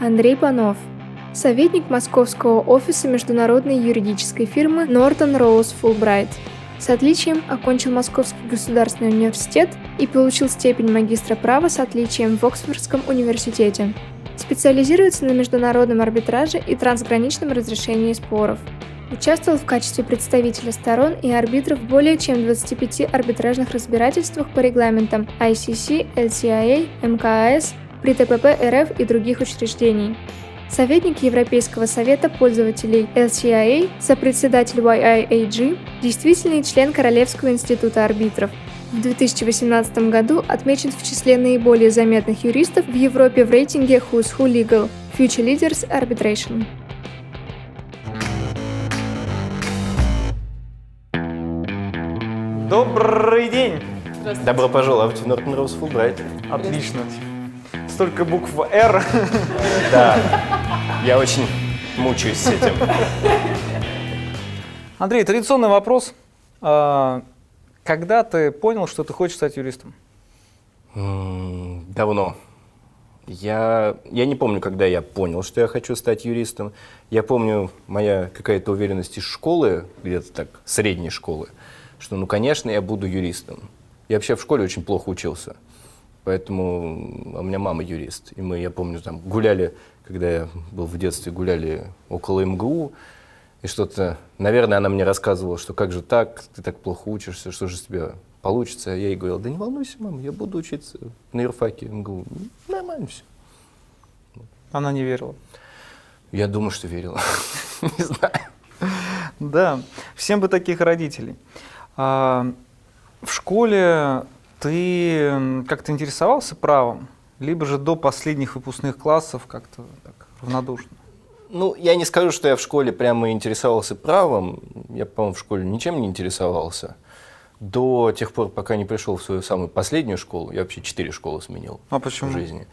Андрей Панов, советник московского офиса международной юридической фирмы Norton Rose Fulbright. С отличием окончил Московский государственный университет и получил степень магистра права с отличием в Оксфордском университете. Специализируется на международном арбитраже и трансграничном разрешении споров. Участвовал в качестве представителя сторон и арбитров в более чем 25 арбитражных разбирательствах по регламентам ICC, LCIA, МКАС, при ТПП РФ и других учреждений. Советник Европейского совета пользователей LCIA, сопредседатель YIAG, действительный член Королевского института арбитров. В 2018 году отмечен в числе наиболее заметных юристов в Европе в рейтинге Who's Who Legal – Future Leaders Arbitration. Добрый день! Добро пожаловать в Norton Rose Fulbright. Отлично. Столько букв «Р». Да, я очень мучаюсь с этим. Андрей, традиционный вопрос. Когда ты понял, что ты хочешь стать юристом? Давно. Я не помню, когда я понял, что я хочу стать юристом. Я помню, моя какая-то уверенность из школы, где-то так, средней школы, что, конечно, я буду юристом. Я вообще в школе очень плохо учился. Поэтому у меня мама юрист. И мы, я помню, там гуляли, когда я был в детстве, гуляли около МГУ. И что-то, наверное, она мне рассказывала, что как же так, ты так плохо учишься, что же с тебя получится. Я ей говорил, да не волнуйся, мама, я буду учиться на юрфаке МГУ. Нормально все. Она не верила. Я думаю, что верила. Не знаю. Да, всем бы таких родителей. В школе ты как-то интересовался правом? Либо же до последних выпускных классов как-то так равнодушно? Я не скажу, что я в школе прямо интересовался правом. Я, по-моему, в школе ничем не интересовался. До тех пор, пока не пришел в свою самую последнюю школу. Я вообще 4 школы сменил почему? В жизни.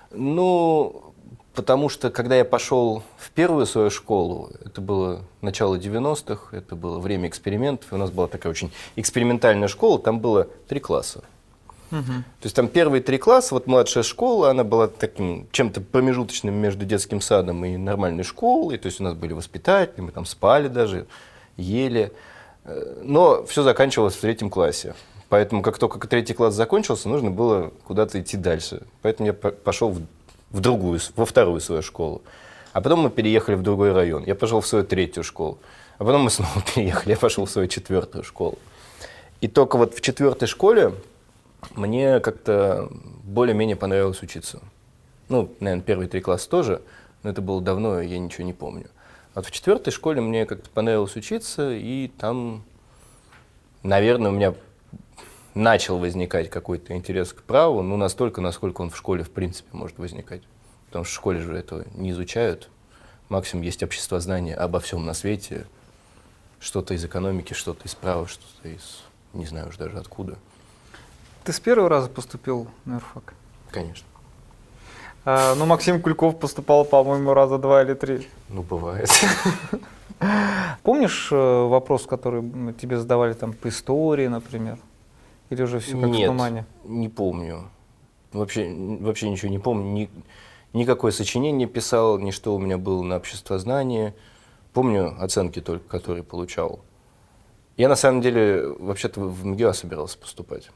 Потому что, когда я пошел в первую свою школу, это было начало 90-х, это было время экспериментов, и у нас была такая очень экспериментальная школа, там было 3 класса. То есть там первые 3 класса, вот младшая школа, она была таким чем-то промежуточным между детским садом и нормальной школой, то есть у нас были воспитатели, мы там спали даже, ели, но все заканчивалось в 3 классе. Поэтому как только 3 класс закончился, нужно было куда-то идти дальше. Поэтому я пошел во вторую свою школу. А потом мы переехали в другой район. Я пошел в свою 3-ю школу. А потом мы снова переехали, я пошел в свою 4-ю школу. И только вот в 4-й школе мне как-то более-менее понравилось учиться. Наверное, первые 3 класса тоже, но это было давно, и я ничего не помню. А вот в 4-й школе мне как-то понравилось учиться, и там, наверное, у меня начал возникать какой-то интерес к праву, настолько, насколько он в школе в принципе может возникать. Потому что в школе же этого не изучают. Максимум есть обществознание обо всем на свете. Что-то из экономики, что-то из права, что-то из, не знаю уж даже откуда. Ты с первого раза поступил на юрфак? Конечно. Максим Кульков поступал, по-моему, раза 2 или 3. Бывает. Помнишь вопрос, который тебе задавали там по истории, например? Или уже все как в тумане? Нет, не помню. Вообще ничего не помню. Никакое сочинение писал, ни что у меня было на обществознании. Помню оценки только, которые получал. Я на самом деле вообще-то в МГИА собирался поступать.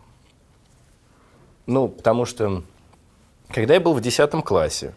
Потому что, когда я был в 10 классе,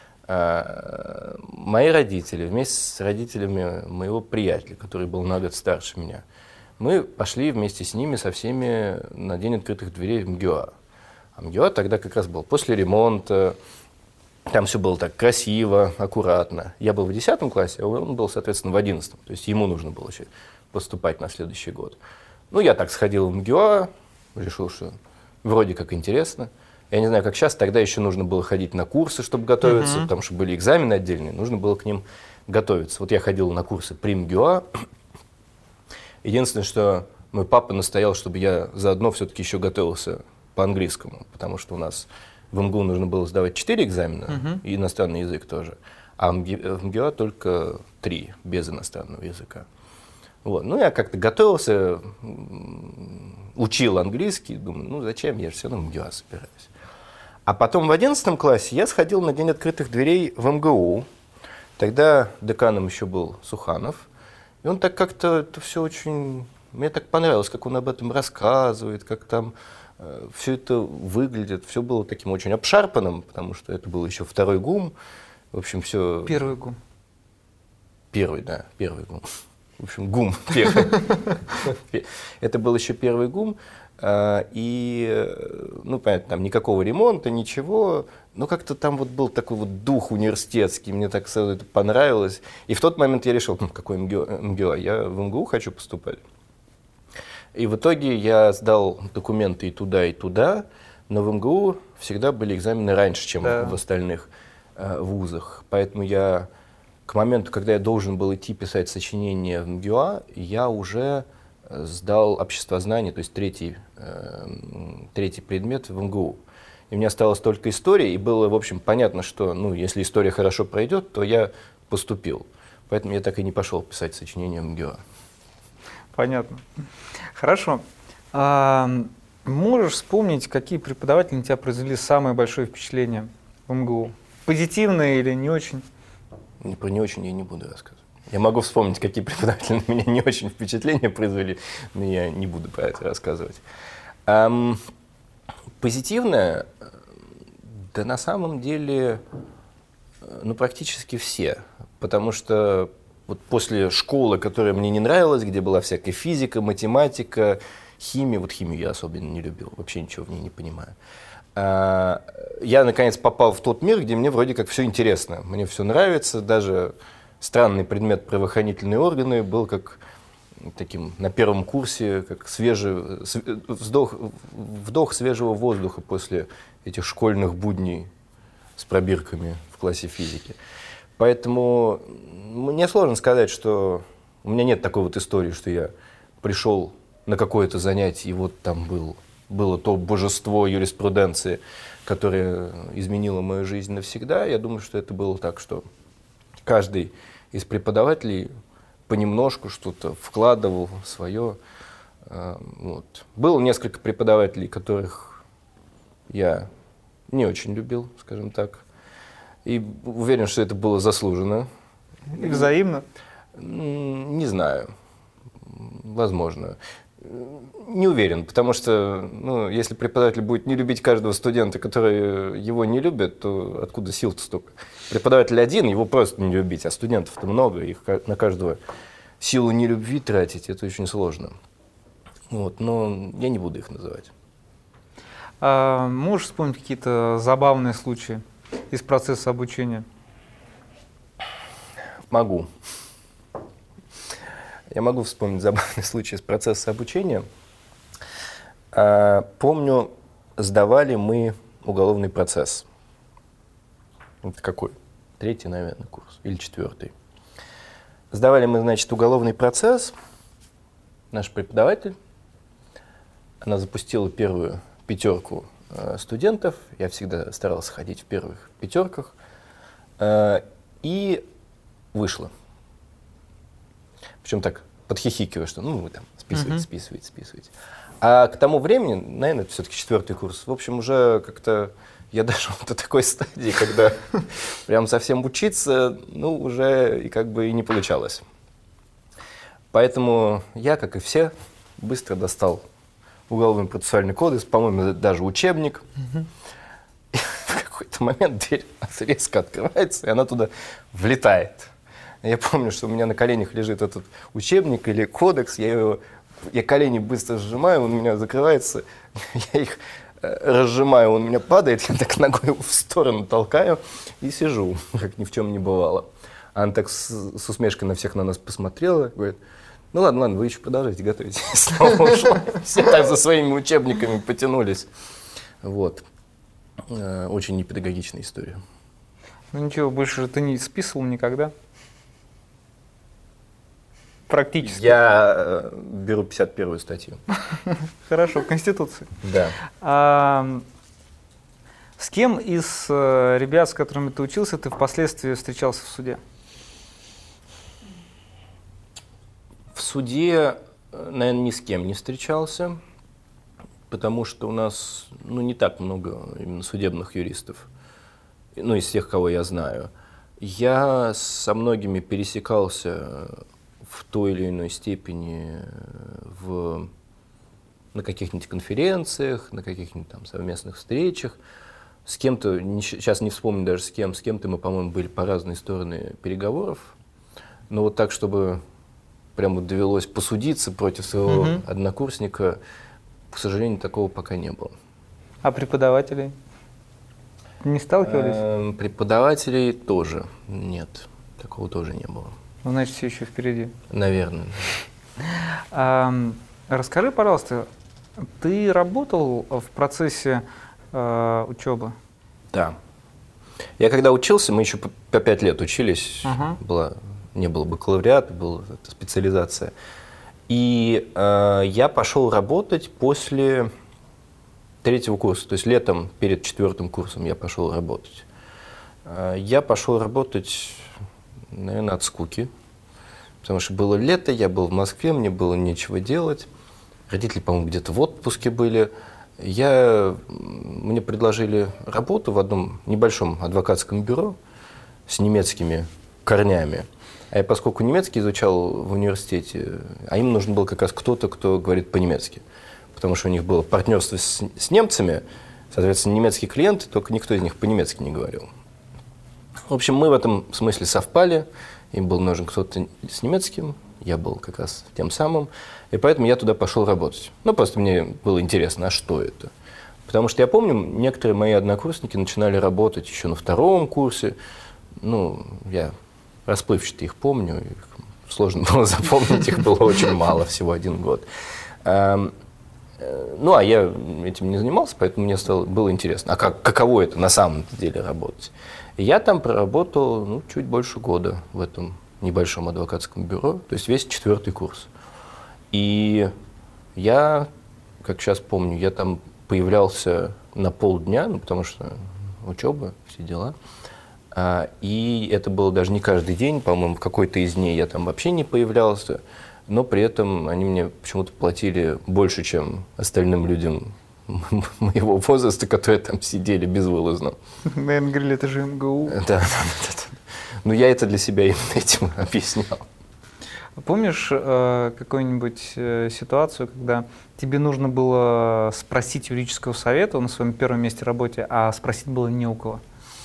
мои родители вместе с родителями моего приятеля, который был на год старше меня, мы пошли вместе с ними со всеми на День открытых дверей в МГИА. А МГИА тогда как раз был после ремонта, там все было так красиво, аккуратно. Я был в 10 классе, а он был, соответственно, в 11. То есть ему нужно было еще поступать на следующий год. Я так сходил в МГИА, решил, что вроде как интересно. Я не знаю, как сейчас, тогда еще нужно было ходить на курсы, чтобы готовиться, потому что были экзамены отдельные, нужно было к ним готовиться. Вот я ходил на курсы при МГИА. Единственное, что мой папа настоял, чтобы я заодно все-таки еще готовился по английскому, потому что у нас в МГУ нужно было сдавать 4 экзамена, и иностранный язык тоже, а в МГИА только 3, без иностранного языка. Я как-то готовился, учил английский, думаю, зачем, я же все равно в МГИА собираюсь. А потом в 11 классе я сходил на День открытых дверей в МГУ. Тогда деканом еще был Суханов. И он так как-то это все очень... Мне так понравилось, как он об этом рассказывает, как там все это выглядит. Все было таким очень обшарпанным, потому что это был еще второй ГУМ. В общем, все... Первый ГУМ. Первый ГУМ. В общем, ГУМ первый. Это был еще первый ГУМ. И, ну, понятно, там никакого ремонта, ничего, но как-то там вот был такой вот дух университетский, мне так сразу это понравилось. И в тот момент я решил, какой МГУ, я в МГУ хочу поступать. И в итоге я сдал документы и туда, но в МГУ всегда были экзамены раньше, чем в остальных вузах. Поэтому я к моменту, когда я должен был идти писать сочинение в МГУА, я уже сдал обществознание, то есть третий предмет в МГУ. И мне осталась только история, и было, в общем, понятно, что, ну, если история хорошо пройдет, то я поступил. Поэтому я так и не пошел писать сочинение в МГУА. Понятно. Хорошо. Можешь вспомнить, какие преподаватели на тебя произвели самое большое впечатление в МГУ? Позитивные или не очень? Про не очень я не буду рассказывать. Я могу вспомнить, какие преподаватели на меня не очень впечатление произвели, но я не буду про это рассказывать. Позитивное, да на самом деле, ну, практически все. Потому что вот после школы, которая мне не нравилась, где была всякая физика, математика, химия, вот химию я особенно не любил, вообще ничего в ней не понимаю. Я, наконец, попал в тот мир, где мне вроде как все интересно, мне все нравится, даже странный предмет правоохранительные органы был как таким на первом курсе, как вдох свежего воздуха после этих школьных будней с пробирками в классе физики. Поэтому мне сложно сказать, что у меня нет такой вот истории, что я пришел на какое-то занятие, и вот там было то божество юриспруденции, которое изменило мою жизнь навсегда. Я думаю, что это было так, что каждый из преподавателей понемножку что-то вкладывал в свое. Вот. Было несколько преподавателей, которых я не очень любил, скажем так. И уверен, что это было заслуженно. И взаимно? Не знаю. Возможно. Не уверен, потому что, ну, если преподаватель будет не любить каждого студента, который его не любит, то откуда сил-то столько? Преподаватель один, его просто не любить, а студентов-то много, их на каждого силу нелюбви тратить, это очень сложно. Вот, но я не буду их называть. Можешь вспомнить какие-то забавные случаи из процесса обучения? Могу. Я могу вспомнить забавный случай из процесса обучения. Помню, сдавали мы уголовный процесс. Это какой? 3-й, наверное, курс. Или 4-й. Сдавали мы, значит, уголовный процесс. Наш преподаватель, она запустила первую 5 студентов. Я всегда старался ходить в первых 5. И вышла. Причем так подхихикивая, что ну вы там списываете. А к тому времени, наверное, это все-таки 4-й курс, в общем, уже как-то я дошел до такой стадии, когда прям совсем учиться, ну, уже и как бы и не получалось. Поэтому я, как и все, быстро достал уголовный процессуальный кодекс, по-моему, даже учебник. И в какой-то момент дверь резко открывается, и она туда влетает. Я помню, что у меня на коленях лежит этот учебник или кодекс, я колени быстро сжимаю, он у меня закрывается, я их разжимаю, он у меня падает, я так ногой его в сторону толкаю и сижу, как ни в чем не бывало. Она так с усмешкой на всех на нас посмотрела, говорит: ну ладно, вы еще продолжайте, готовитесь. Снова ушла. Все так за своими учебниками потянулись. Вот. Очень непедагогичная история. Ну ничего, больше ты не списывал никогда? Практически. Я беру 51-ю статью. Хорошо, Конституции. Да. С кем из ребят, с которыми ты учился, ты впоследствии встречался в суде? В суде, наверное, ни с кем не встречался. потому что у нас не так много именно судебных юристов, из тех, кого я знаю. Я со многими пересекался в той или иной степени на каких-нибудь конференциях, на каких-нибудь там совместных встречах. С кем-то, сейчас не вспомню даже с кем-то мы, по-моему, были по разные стороны переговоров. Но вот так, чтобы прямо довелось посудиться против своего однокурсника, к сожалению, такого пока не было. А преподавателей? Не сталкивались? Преподавателей тоже нет. Такого тоже не было. Ну, значит, все еще впереди. Наверное. Расскажи, пожалуйста, ты работал в процессе учебы? Да. Я когда учился, мы еще по 5 лет учились, не было бакалавриата, была специализация. И я пошел работать после 3-го курса, то есть летом перед 4-м курсом я пошел работать. Я пошел работать, наверное, от скуки, потому что было лето, я был в Москве, мне было нечего делать. Родители, по-моему, где-то в отпуске были. Мне предложили работу в одном небольшом адвокатском бюро с немецкими корнями. А я, поскольку немецкий изучал в университете, а им нужен был как раз кто-то, кто говорит по-немецки. Потому что у них было партнерство с немцами, соответственно, немецкие клиенты, только никто из них по-немецки не говорил. В общем, мы в этом смысле совпали. Им был нужен кто-то с немецким, я был как раз тем самым. И поэтому я туда пошел работать. Просто мне было интересно, а что это? Потому что я помню, некоторые мои однокурсники начинали работать еще на 2-м курсе. Я расплывчато их помню, их сложно было запомнить, их было очень мало, всего 1 год. А я этим не занимался, поэтому мне было интересно, а каково это на самом деле работать. И я там проработал чуть больше года в этом небольшом адвокатском бюро, то есть весь 4-й курс. И я, как сейчас помню, я там появлялся на полдня, потому что учеба, все дела. И это было даже не каждый день, по-моему, в какой-то из дней я там вообще не появлялся, но при этом они мне почему-то платили больше, чем остальным людям моего возраста, которые там сидели безвылазно. Наверное, говорили, это же МГУ. Да. Но я это для себя именно этим объяснял. Помнишь какую-нибудь ситуацию, когда тебе нужно было спросить юридического совета на своем первом месте работы, а спросить было не у кого?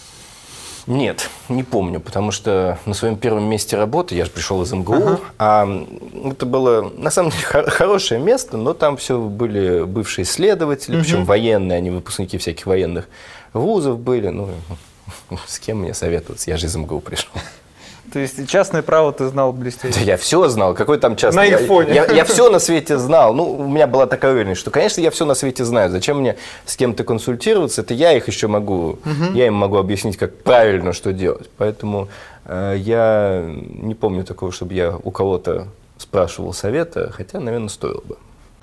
Нет, не помню, потому что на своем первом месте работы, я же пришел из МГУ, а это было, на самом деле, хорошее место, но там все были бывшие следователи, причем военные, они выпускники всяких военных вузов были. С кем мне советоваться, я же из МГУ пришел. То есть частное право ты знал блестяще? Да я все знал, какой там частный. На их фоне. Я все на свете знал. У меня была такая уверенность, что, конечно, я все на свете знаю. Зачем мне с кем-то консультироваться? Это я их еще могу, я им могу объяснить, как правильно, что делать. Поэтому я не помню такого, чтобы я у кого-то спрашивал совета, хотя, наверное, стоило бы.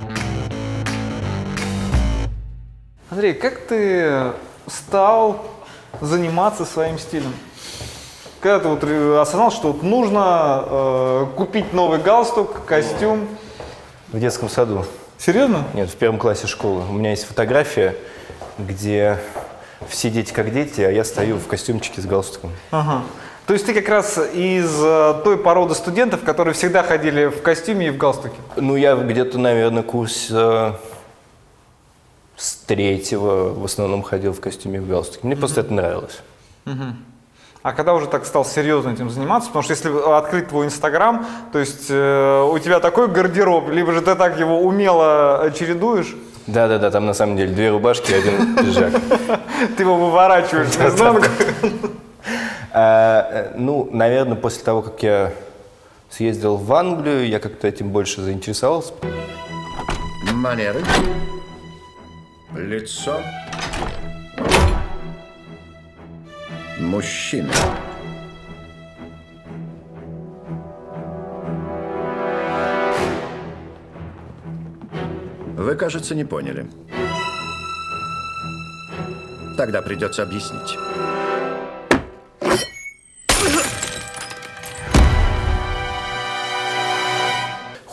Андрей, как ты стал заниматься своим стилем? Когда ты осознал, что нужно купить новый галстук, костюм? В детском саду. Серьезно? Нет, в 1 классе школы. У меня есть фотография, где все дети как дети, а я стою в костюмчике с галстуком. Ага. То есть ты как раз из той породы студентов, которые всегда ходили в костюме и в галстуке? Я где-то, наверное, курс с 3-го в основном ходил в костюме и в галстуке. Мне просто это нравилось. А когда уже так стал серьезно этим заниматься? Потому что если открыть твой Инстаграм, то есть у тебя такой гардероб, либо же ты так его умело чередуешь? Да, там на самом деле 2 рубашки и 1 пиджак. Ты его выворачиваешь наизнанку? Наверное, после того, как я съездил в Англию, я как-то этим больше заинтересовался. Манеры. Лицо. Мужчина. Вы, кажется, не поняли. Тогда придется объяснить.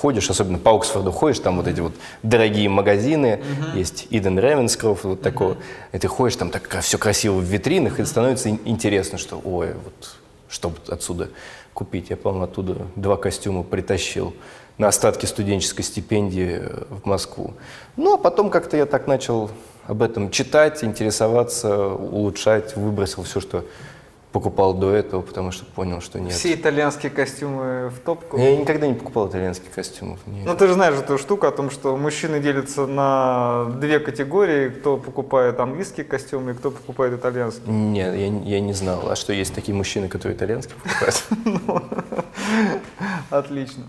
ходишь, особенно по Оксфорду ходишь, там вот эти вот дорогие магазины, есть Иден Ревенскрофт, вот такого, и ты ходишь, там так все красиво в витринах, и становится интересно, что, ой, вот что отсюда купить. Я, по-моему, оттуда 2 костюма притащил на остатки студенческой стипендии в Москву. Ну, а потом как-то я так начал об этом читать, интересоваться, улучшать, выбросил все, что покупал до этого, потому что понял, что нет. Все итальянские костюмы в топку? Я никогда не покупал итальянских костюмов. Нет. Ну, ты же знаешь эту штуку о том, что мужчины делятся на 2 категории, кто покупает английские костюмы и кто покупает итальянские. Нет, я не знал. А что, есть такие мужчины, которые итальянские покупают? Отлично.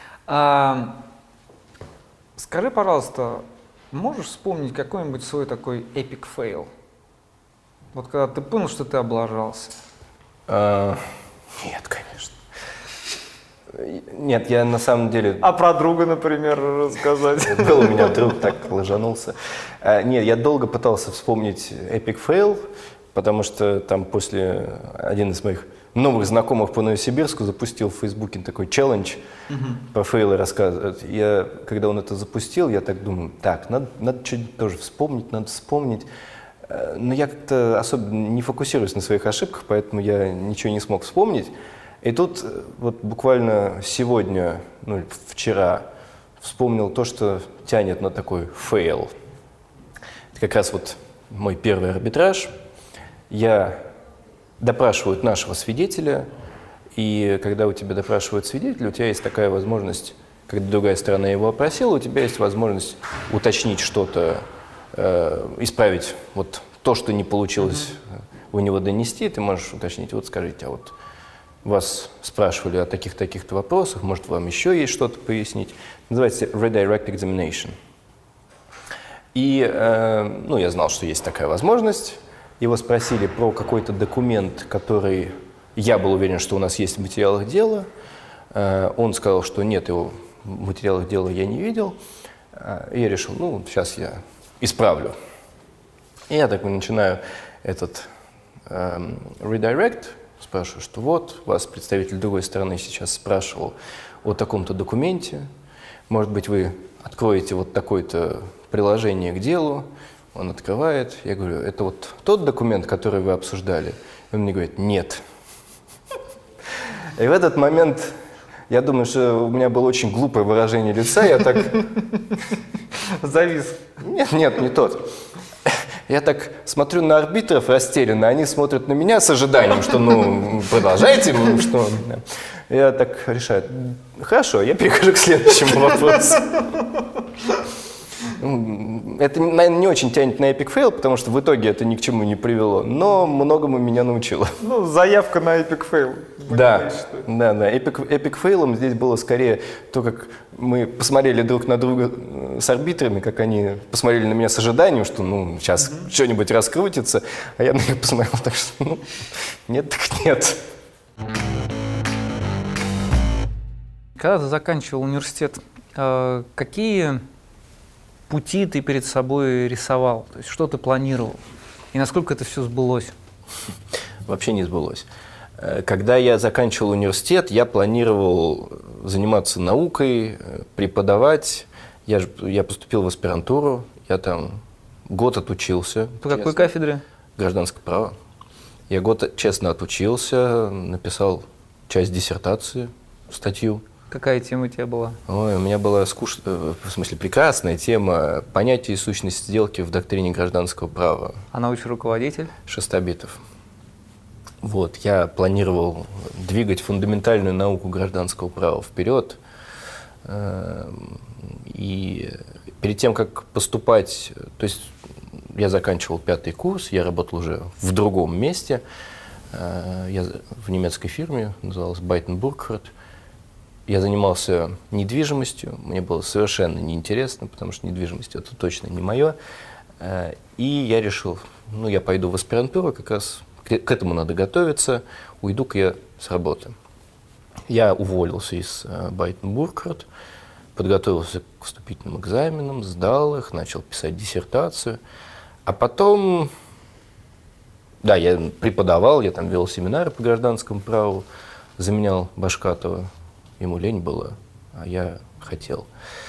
Скажи, пожалуйста, можешь вспомнить какой-нибудь свой такой эпик фейл? Вот когда ты понял, что ты облажался. Нет, конечно. Нет, я на самом деле... А про друга, например, рассказать? Был у меня друг, так лажанулся. Нет, я долго пытался вспомнить эпик фейл, потому что там после один из моих новых знакомых по Новосибирску запустил в Фейсбуке такой челлендж про фейлы рассказывать. Когда он это запустил, я так думаю, так, надо что-нибудь тоже вспомнить, надо вспомнить. Но я как-то особенно не фокусируюсь на своих ошибках, поэтому я ничего не смог вспомнить. И тут вот буквально сегодня, ну, вчера, вспомнил то, что тянет на такой фейл. Это как раз вот мой первый арбитраж. Допрашивают нашего свидетеля, и когда у тебя допрашивают свидетеля, у тебя есть такая возможность, когда другая сторона его опросила, у тебя есть возможность уточнить что-то, исправить вот то, что не получилось у него донести, ты можешь уточнить, вот скажите, а вот вас спрашивали о таких-таких-то вопросах, может, вам еще есть что-то пояснить. Называется redirect examination. И ну, я знал, что есть такая возможность. Его спросили про какой-то документ, который я был уверен, что у нас есть в материалах дела. Он сказал, что нет, его в материалах дела я не видел. И я решил, ну, сейчас я исправлю. И я так начинаю этот redirect, спрашиваю, что вот, вас представитель другой стороны сейчас спрашивал о таком-то документе, может быть, вы откроете вот такое-то приложение к делу, он открывает, я говорю, это вот тот документ, который вы обсуждали? И он мне говорит, нет. И в этот момент, я думаю, что у меня было очень глупое выражение лица, я так... Завис. Нет, не тот. Я так смотрю на арбитров растерянно, они смотрят на меня с ожиданием, что ну продолжайте, что... Я так решаю, хорошо, я перехожу к следующему вопросу. Это, наверное, не очень тянет на эпик фейл, потому что в итоге это ни к чему не привело, но многому меня научило. Ну, заявка на эпик фейл. Да. Эпик фейлом здесь было скорее то, как мы посмотрели друг на друга с арбитрами, как они посмотрели на меня с ожиданием, что ну сейчас что-нибудь раскрутится, а я на них посмотрел так, что ну, нет, так нет. Когда ты заканчивал университет, какие пути ты перед собой рисовал? То есть что ты планировал? И насколько это все сбылось? Вообще не сбылось. Когда я заканчивал университет, я планировал заниматься наукой, преподавать. Я поступил в аспирантуру, я там год отучился. По какой кафедре? Гражданское право. Я год честно отучился, написал часть диссертации, статью. Какая тема у тебя была? Ой, у меня была в смысле прекрасная тема понятия и сущность сделки в доктрине гражданского права. А научный руководитель? Шестобитов. Вот, я планировал двигать фундаментальную науку гражданского права вперед. И перед тем, как поступать, то есть я заканчивал 5-й курс, я работал уже в другом месте. Я в немецкой фирме, называлась Байтен Буркхарт. Я занимался недвижимостью, мне было совершенно неинтересно, потому что недвижимость это точно не мое. И я решил, ну я пойду в аспирантуру, как раз к этому надо готовиться, уйду-ка я с работы. Я уволился из Байтен Буркхарт, подготовился к вступительным экзаменам, сдал их, начал писать диссертацию. А потом, да, я преподавал, я там вел семинары по гражданскому праву, заменял Башкатова. Ему лень было, а я хотел.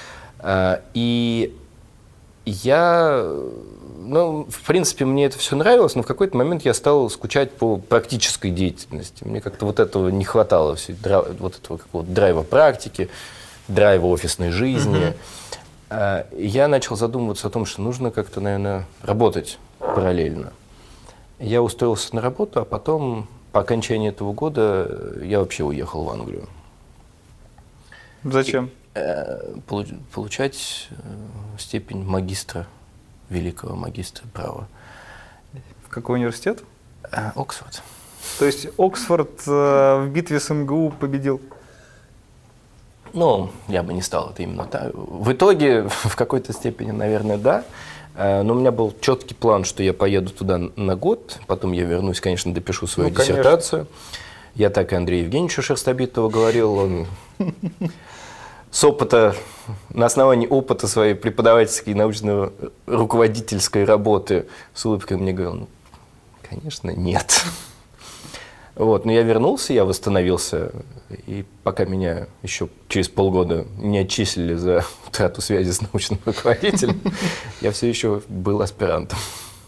И я, в принципе, мне это все нравилось, но в какой-то момент я стал скучать по практической деятельности. Мне как-то вот этого не хватало, вот этого какого-то драйва практики, драйва офисной жизни. Я начал задумываться о том, что нужно как-то, наверное, работать параллельно. Я устроился на работу, а потом, по окончании этого года, я вообще уехал в Англию. Зачем? Получать степень магистра, великого магистра права. В какой университет? Оксфорд. То есть Оксфорд в битве с МГУ победил? Ну, я бы не стал это именно так. В итоге, в какой-то степени, наверное, да. Но у меня был четкий план, что я поеду туда на год, потом я вернусь, конечно, допишу свою диссертацию. Я так и Андрею Евгеньевичу Шерстобитову говорил, он с опыта, на основании опыта своей преподавательской и научно-руководительской работы с улыбкой мне говорил, ну, конечно, нет. Вот, но я вернулся, я восстановился, и пока меня еще через полгода не отчислили за утрату связи с научным руководителем, я все еще был аспирантом.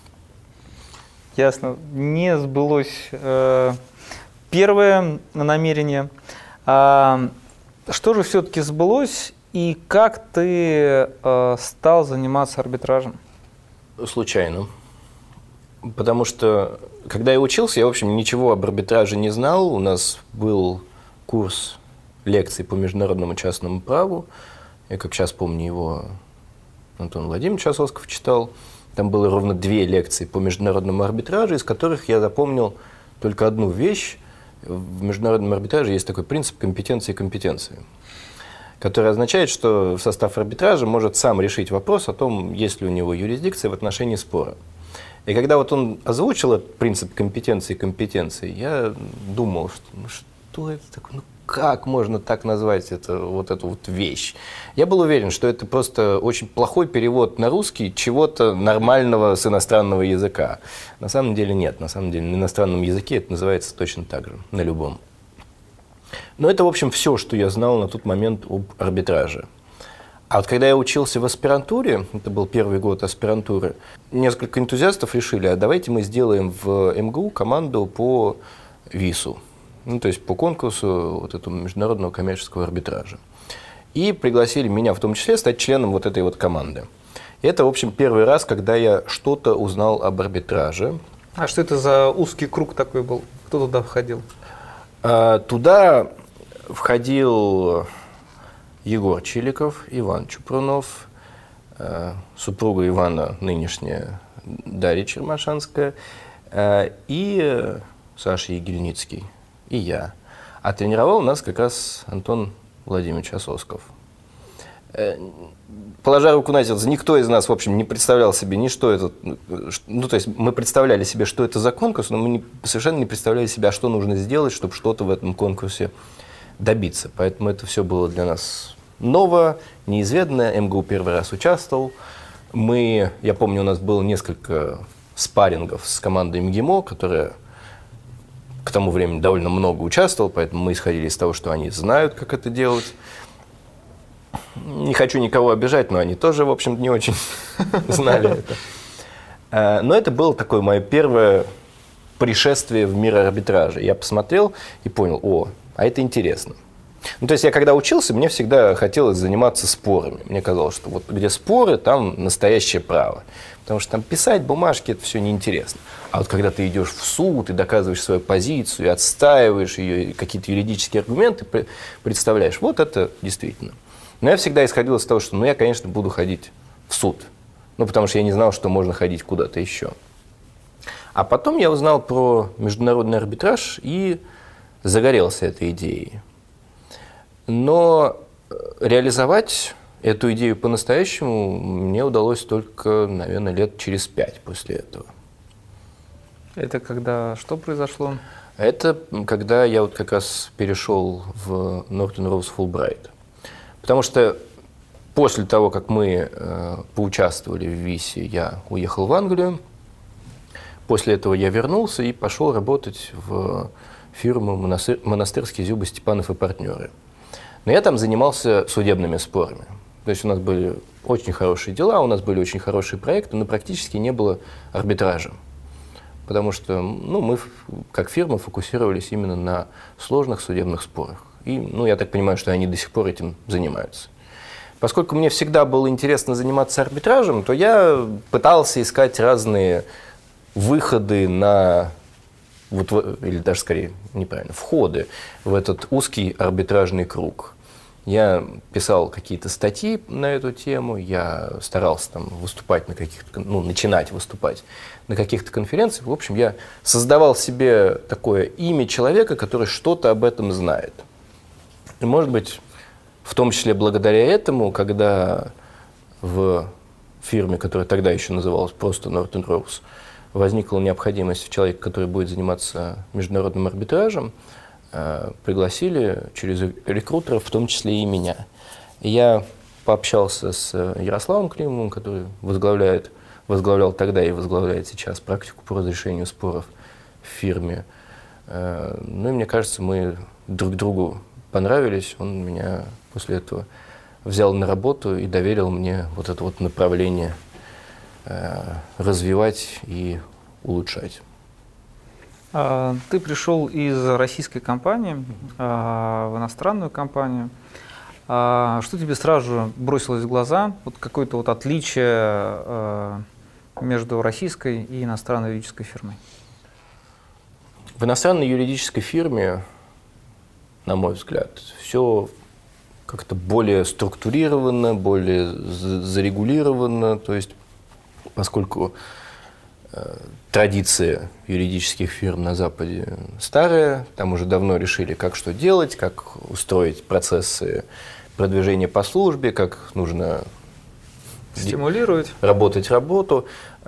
Ясно. Не сбылось первое намерение. Что же все-таки сбылось, и как ты стал заниматься арбитражем? Случайно. Потому что, когда я учился, я, в общем, ничего об арбитраже не знал. У нас был курс лекций по международному частному праву. Я, как сейчас помню, его Антон Владимирович Ососков читал. Там было ровно 2 лекции по международному арбитражу, из которых я запомнил только одну вещь. В международном арбитраже есть такой принцип компетенции, который означает, что состав арбитража может сам решить вопрос о том, есть ли у него юрисдикция в отношении спора. И когда вот он озвучил этот принцип компетенции, я думал, что это такое, как можно так назвать эту вот вещь. Я был уверен, что это просто очень плохой перевод на русский чего-то нормального с иностранного языка. На самом деле нет, на самом деле на иностранном языке это называется точно так же, на любом. Но это, в общем, все, что я знал на тот момент об арбитраже. А вот когда я учился в аспирантуре, это был первый год аспирантуры, несколько энтузиастов решили, а давайте мы сделаем в МГУ команду по ВИСу, то есть по конкурсу вот этого международного коммерческого арбитража. И пригласили меня в том числе стать членом вот этой вот команды. И это, в общем, первый раз, когда я что-то узнал об арбитраже. А что это за узкий круг такой был? Кто туда входил? Туда входил Егор Чиликов, Иван Чупрунов, супруга Ивана нынешняя Дарья Чермашанская и Саша Егельницкий, и я. А тренировал нас как раз Антон Владимирович Ососков. Положа руку на сердце, никто из нас, в общем, не представлял себе ни что это, то есть мы представляли себе, что это за конкурс, но мы совершенно не представляли себе, что нужно сделать, чтобы что-то в этом конкурсе добиться. Поэтому это все было для нас ново, неизведанно. МГУ первый раз участвовал. Я помню, у нас было несколько спаррингов с командой МГИМО, которая к тому времени довольно много участвовала, поэтому мы исходили из того, что они знают, как это делать. Не хочу никого обижать, но они тоже, в общем, не очень знали это. Но это было такое мое первое пришествие в мир арбитража. Я посмотрел и понял, а это интересно. То есть я когда учился, мне всегда хотелось заниматься спорами. Мне казалось, что вот где споры, там настоящее право. Потому что там писать бумажки, это все неинтересно. А вот когда ты идешь в суд и доказываешь свою позицию, и отстаиваешь ее, и какие-то юридические аргументы представляешь, вот это действительно. Но я всегда исходил из того, что я, конечно, буду ходить в суд. Потому что я не знал, что можно ходить куда-то еще. А потом я узнал про международный арбитраж и загорелся этой идеей. Но реализовать эту идею по-настоящему мне удалось только, наверное, лет через 5 после этого. Это когда что произошло? Это когда я вот как раз перешел в Нортон Роуз Фулбрайт. Потому что после того, как мы поучаствовали в ВИСе, я уехал в Англию. После этого я вернулся и пошел работать в фирму «Монастырские Зюбы, Степанов и партнеры». Но я там занимался судебными спорами. То есть у нас были очень хорошие дела, у нас были очень хорошие проекты, но практически не было арбитража. Потому что мы, как фирма, фокусировались именно на сложных судебных спорах. И, я так понимаю, что они до сих пор этим занимаются. Поскольку мне всегда было интересно заниматься арбитражем, то я пытался искать разные выходы или даже скорее неправильно, входы в этот узкий арбитражный круг. Я писал какие-то статьи на эту тему, я старался там выступать на каких-то, начинать выступать на каких-то конференциях. В общем, я создавал себе такое имя человека, который что-то об этом знает. И, может быть, в том числе благодаря этому, когда в фирме, которая тогда еще называлась просто Norton Rose, возникла необходимость в человеке, который будет заниматься международным арбитражем, пригласили через рекрутеров, в том числе и меня. Я пообщался с Ярославом Климовым, который возглавлял тогда и возглавляет сейчас практику по разрешению споров в фирме. И мне кажется, мы друг другу понравились. Он меня после этого взял на работу и доверил мне вот это вот направление развивать и улучшать. Ты пришел из российской компании в иностранную компанию. Что тебе сразу же бросилось в глаза? Вот какое-то вот отличие между российской и иностранной юридической фирмой? В иностранной юридической фирме, на мой взгляд, все как-то более структурировано, более зарегулировано. То есть, поскольку традиция юридических фирм на Западе старая, там уже давно решили, как что делать, как устроить процессы продвижения по службе, как нужно стимулировать, работать работу.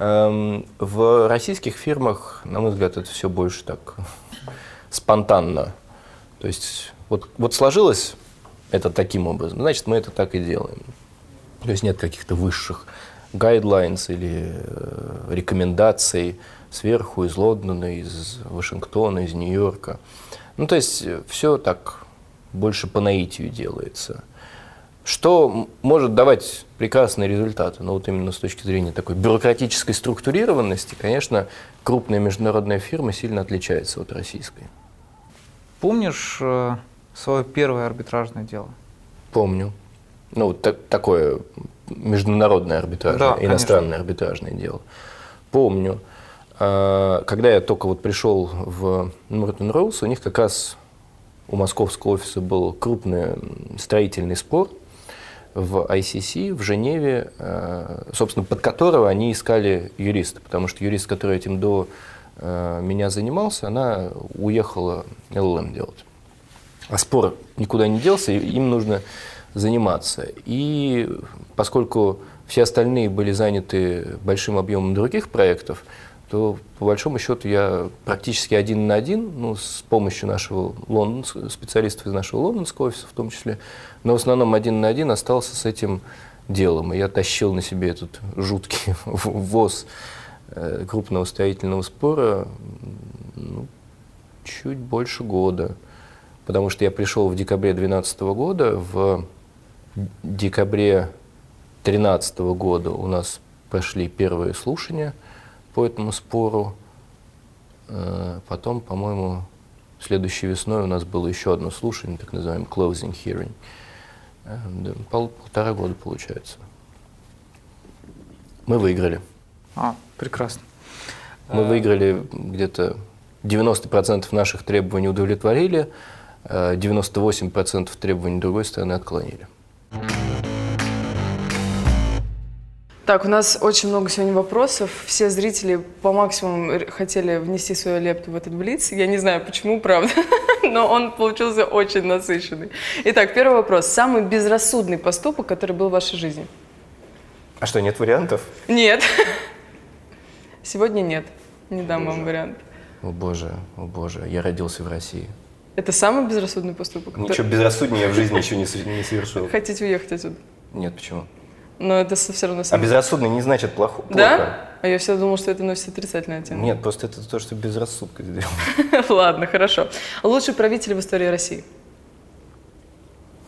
В российских фирмах, на мой взгляд, это все больше так спонтанно. То есть вот сложилось это таким образом, значит, мы это так и делаем. То есть нет каких-то высших guidelines или рекомендаций сверху из Лондона, из Вашингтона, из Нью-Йорка. То есть все так больше по наитию делается. Что может давать прекрасные результаты, но вот именно с точки зрения такой бюрократической структурированности, конечно, крупная международная фирма сильно отличается от российской. Помнишь свое первое арбитражное дело? Помню. Такое международное арбитражное, да, иностранное арбитражное дело. Помню. Когда я только пришел в Norton Rose, у них как раз у московского офиса был крупный строительный спор в ICC в Женеве, собственно, под которого они искали юриста, потому что юрист, который этим до меня занимался, она уехала LLM делать. А спор никуда не делся, им нужно заниматься. И поскольку все остальные были заняты большим объемом других проектов, то по большому счету я практически один на один, с помощью нашего специалистов из нашего лондонского офиса в том числе, но в основном один на один остался с этим делом. И я тащил на себе этот жуткий ввоз крупного строительного спора чуть больше года. Потому что я пришел в декабре 2012 года, в декабре 2013 года у нас прошли первые слушания по этому спору. Потом, по-моему, следующей весной у нас было еще одно слушание, так называемый closing hearing. Полтора года получается. Мы выиграли. Прекрасно. Мы выиграли где-то 90% наших требований удовлетворили, 98% требований другой стороны отклонили. Так, у нас очень много сегодня вопросов. Все зрители по максимуму хотели внести свою лепту в этот блиц. Я не знаю, почему, правда, но он получился очень насыщенный. Итак, первый вопрос. Самый безрассудный поступок, который был в вашей жизни? А что, нет вариантов? Нет. Сегодня нет. Не дам вам вариант. О боже, я родился в России. Это самый безрассудный поступок? Ничего безрассуднее я в жизни еще не совершил. Хотите уехать отсюда? Нет, почему? Но это все равно... А безрассудный не значит плохо. Да? А я всегда думал, что это носит отрицательный оттенок. Нет, просто это то, что безрассудка сделал. Ладно, хорошо. Лучший правитель в истории России?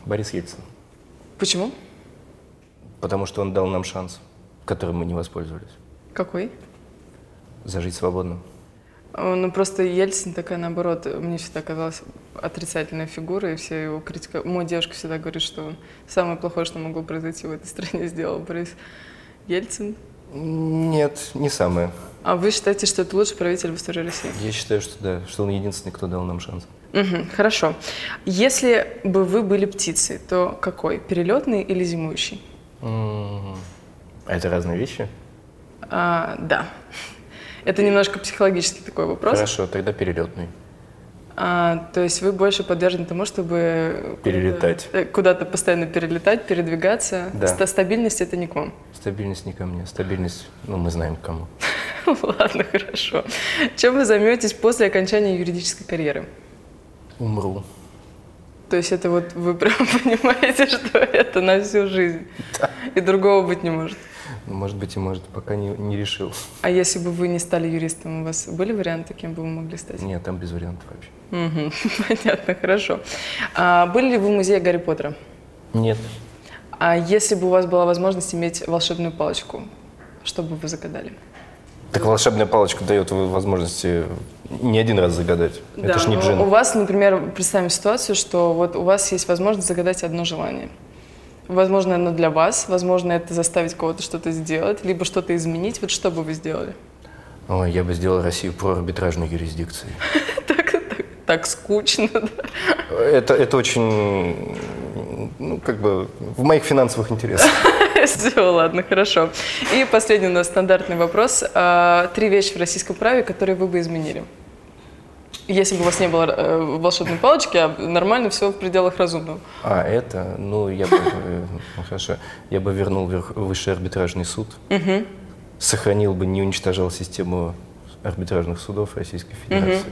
Борис Ельцин. Почему? Потому что он дал нам шанс, которым мы не воспользовались. Какой? Зажить свободно. Ну, просто Ельцин такая, наоборот, мне всегда казалась отрицательная фигура, и все его критика... Моя девушка всегда говорит, что он самое плохое, что могло произойти в этой стране, сделал Борис Ельцин. Нет, не самое. А вы считаете, что это лучший правитель в истории России? Я считаю, что да, что он единственный, кто дал нам шанс. Хорошо. Если бы вы были птицей, то какой? Перелетный или зимующий? А это разные вещи? Да. Это немножко психологический такой вопрос. Хорошо, тогда перелетный. То есть вы больше подвержены тому, чтобы Перелетать. Куда-то постоянно перелетать, передвигаться. Да. Стабильность это не к вам. Стабильность не ко мне. Стабильность, мы знаем к кому. Ладно, хорошо. Чем вы займетесь после окончания юридической карьеры? Умру. То есть это вот вы прям понимаете, что это на всю жизнь? Да. И другого быть не может? Может быть и может, пока не решил. А если бы вы не стали юристом, у вас были варианты, кем бы вы могли стать? Нет, там без вариантов вообще. Понятно, хорошо. Были ли вы в музее Гарри Поттера? Нет. А если бы у вас была возможность иметь волшебную палочку, что бы вы загадали? Так волшебная палочка дает возможности не один раз загадать. Да, это ж не джин. у вас, например, представим ситуацию, что вот у вас есть возможность загадать одно желание. Возможно, оно для вас, возможно, это заставить кого-то что-то сделать, либо что-то изменить. Вот что бы вы сделали? Ой, я бы сделал Россию проарбитражной юрисдикцией. Так скучно, да? Это очень, в моих финансовых интересах. Все, ладно, хорошо. И последний у нас стандартный вопрос. 3 вещи в российском праве, которые вы бы изменили. Если бы у вас не было волшебной палочки, а нормально все в пределах разумного. Хорошо. Я бы вернул Высший арбитражный суд, сохранил бы, не уничтожал систему арбитражных судов Российской Федерации.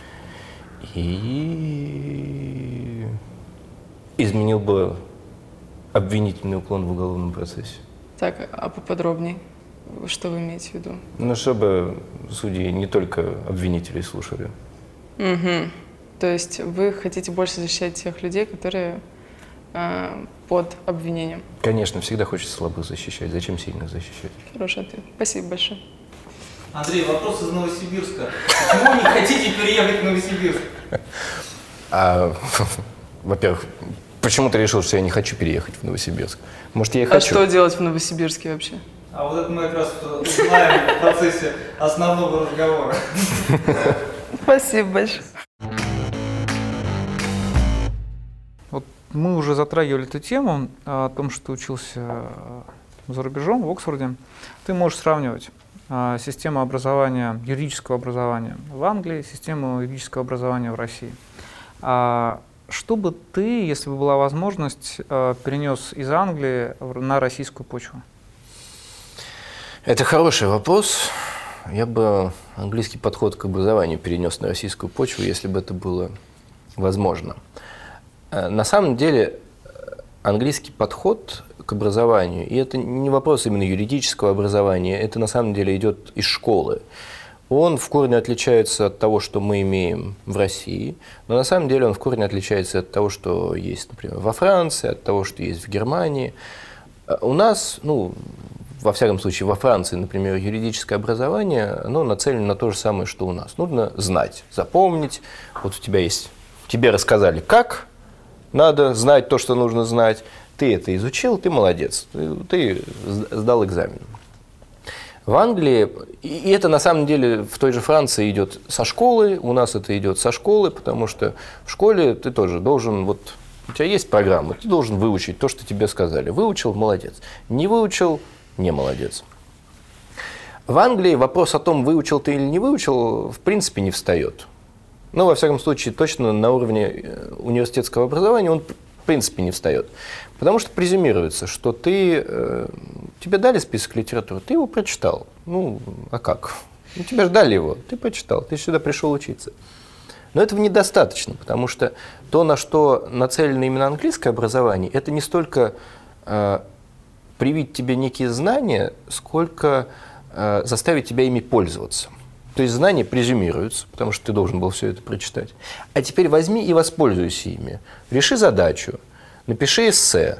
И изменил бы обвинительный уклон в уголовном процессе. Так, а поподробнее, что вы имеете в виду? Чтобы судьи не только обвинителей слушали. То есть вы хотите больше защищать тех людей, которые под обвинением? Конечно, всегда хочется слабых защищать. Зачем сильных защищать? Хороший ответ. Спасибо большое. Андрей, вопрос из Новосибирска. Почему не хотите переехать в Новосибирск? Во-первых, почему ты решил, что я не хочу переехать в Новосибирск? Может, я и хочу? А что делать в Новосибирске вообще? А вот это мы как раз узнаем в процессе основного разговора. Спасибо большое. Вот мы уже затрагивали эту тему о том, что ты учился за рубежом, в Оксфорде. Ты можешь сравнивать систему образования, юридического образования в Англии, систему юридического образования в России. Что бы ты, если бы была возможность, перенес из Англии на российскую почву? Это хороший вопрос. Я бы английский подход к образованию перенес на российскую почву, если бы это было возможно. На самом деле, английский подход к образованию, и это не вопрос именно юридического образования, это на самом деле идет из школы. Он в корне отличается от того, что мы имеем в России, но на самом деле он в корне отличается от того, что есть, например, во Франции, от того, что есть в Германии. У нас, во всяком случае, во Франции, например, юридическое образование, оно нацелено на то же самое, что у нас. Нужно знать, запомнить. Вот у тебя есть, тебе рассказали, как надо знать то, что нужно знать. Ты это изучил, ты молодец, ты сдал экзамен. В Англии, и это на самом деле в той же Франции идет со школы, у нас это идет со школы, потому что в школе ты тоже должен, у тебя есть программа, ты должен выучить то, что тебе сказали. Выучил – молодец. Не выучил – не молодец. В Англии вопрос о том, выучил ты или не выучил, в принципе не встает. Во всяком случае, точно на уровне университетского образования он в принципе не встает. Потому что презюмируется, что тебе дали список литературы, ты его прочитал. А как? Тебе же дали его, ты прочитал, ты сюда пришел учиться. Но этого недостаточно, потому что то, на что нацелено именно английское образование, это не столько привить тебе некие знания, сколько заставить тебя ими пользоваться. То есть знания презюмируются, потому что ты должен был все это прочитать. А теперь возьми и воспользуйся ими. Реши задачу. напиши эссе,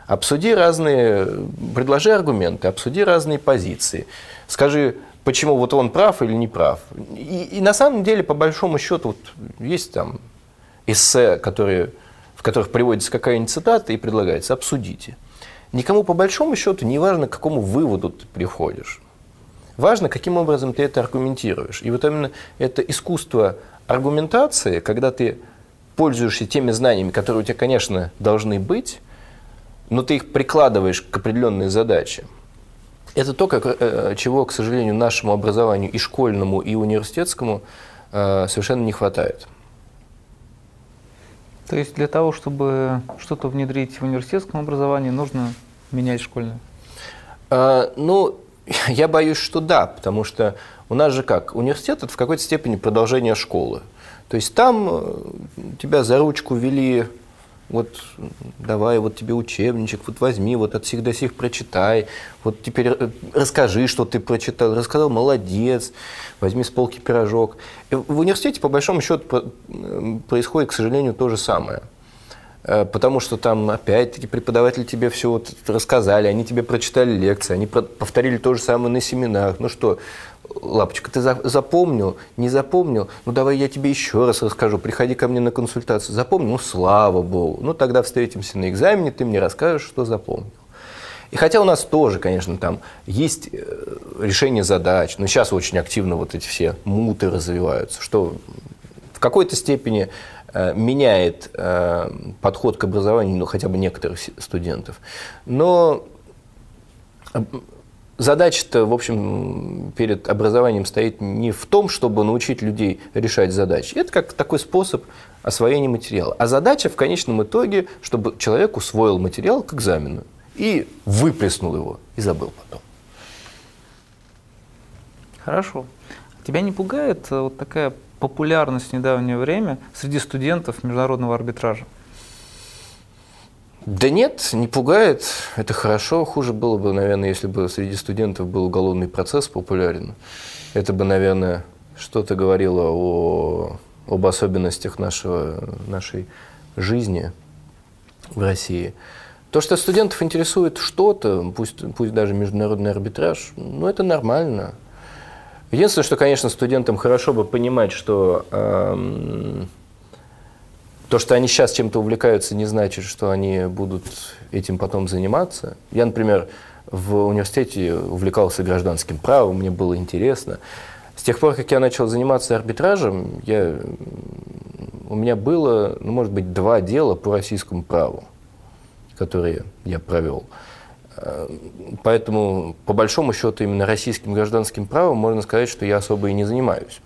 предложи аргументы, обсуди разные позиции, скажи, почему вот он прав или не прав. И на самом деле, по большому счету, вот есть там эссе, в которых приводится какая-нибудь цитата и предлагается, обсудите. Никому по большому счету не важно, к какому выводу ты приходишь. Важно, каким образом ты это аргументируешь. И вот именно это искусство аргументации, когда ты пользуешься теми знаниями, которые у тебя, конечно, должны быть, но ты их прикладываешь к определенной задаче. Это то, чего, к сожалению, нашему образованию и школьному, и университетскому совершенно не хватает. То есть для того, чтобы что-то внедрить в университетском образовании, нужно менять школьное? Я боюсь, что да, потому что у нас же как? Университет – это в какой-то степени продолжение школы. То есть там тебя за ручку вели, вот давай, вот тебе учебничек, вот возьми, вот от сих до сих прочитай, вот теперь расскажи, что ты прочитал, рассказал, молодец, возьми с полки пирожок. И в университете, по большому счету, происходит, к сожалению, то же самое. Потому что там, опять-таки, преподаватели тебе все вот рассказали, они тебе прочитали лекции, они повторили то же самое на семинарах. Ну что, лапочка, ты запомнил, не запомнил? Ну давай я тебе еще раз расскажу, приходи ко мне на консультацию. Запомнил? Ну слава богу. Ну тогда встретимся на экзамене, ты мне расскажешь, что запомнил. И хотя у нас тоже, конечно, там есть решение задач, но сейчас очень активно вот эти все муты развиваются, что в какой-то степени меняет подход к образованию, ну, хотя бы некоторых студентов. Но задача-то, в общем, перед образованием стоит не в том, чтобы научить людей решать задачи. Это как такой способ освоения материала. А задача в конечном итоге, чтобы человек усвоил материал к экзамену и выплеснул его, и забыл потом. Хорошо. Тебя не пугает вот такая популярность в недавнее время среди студентов международного арбитража? Да нет, не пугает. Это хорошо. Хуже было бы, наверное, если бы среди студентов был уголовный процесс популярен. Это бы, наверное, что-то говорило об особенностях нашей жизни в России. То, что студентов интересует что-то, пусть даже международный арбитраж, ну, это нормально. Единственное, что, конечно, студентам хорошо бы понимать, что то, что они сейчас чем-то увлекаются, не значит, что они будут этим потом заниматься. Я, например, в университете увлекался гражданским правом, мне было интересно. С тех пор, как я начал заниматься арбитражем, у меня было, ну, может быть, 2 дела по российскому праву, которые я провел. Поэтому, по большому счету, именно российским гражданским правом можно сказать, что я особо и не занимаюсь.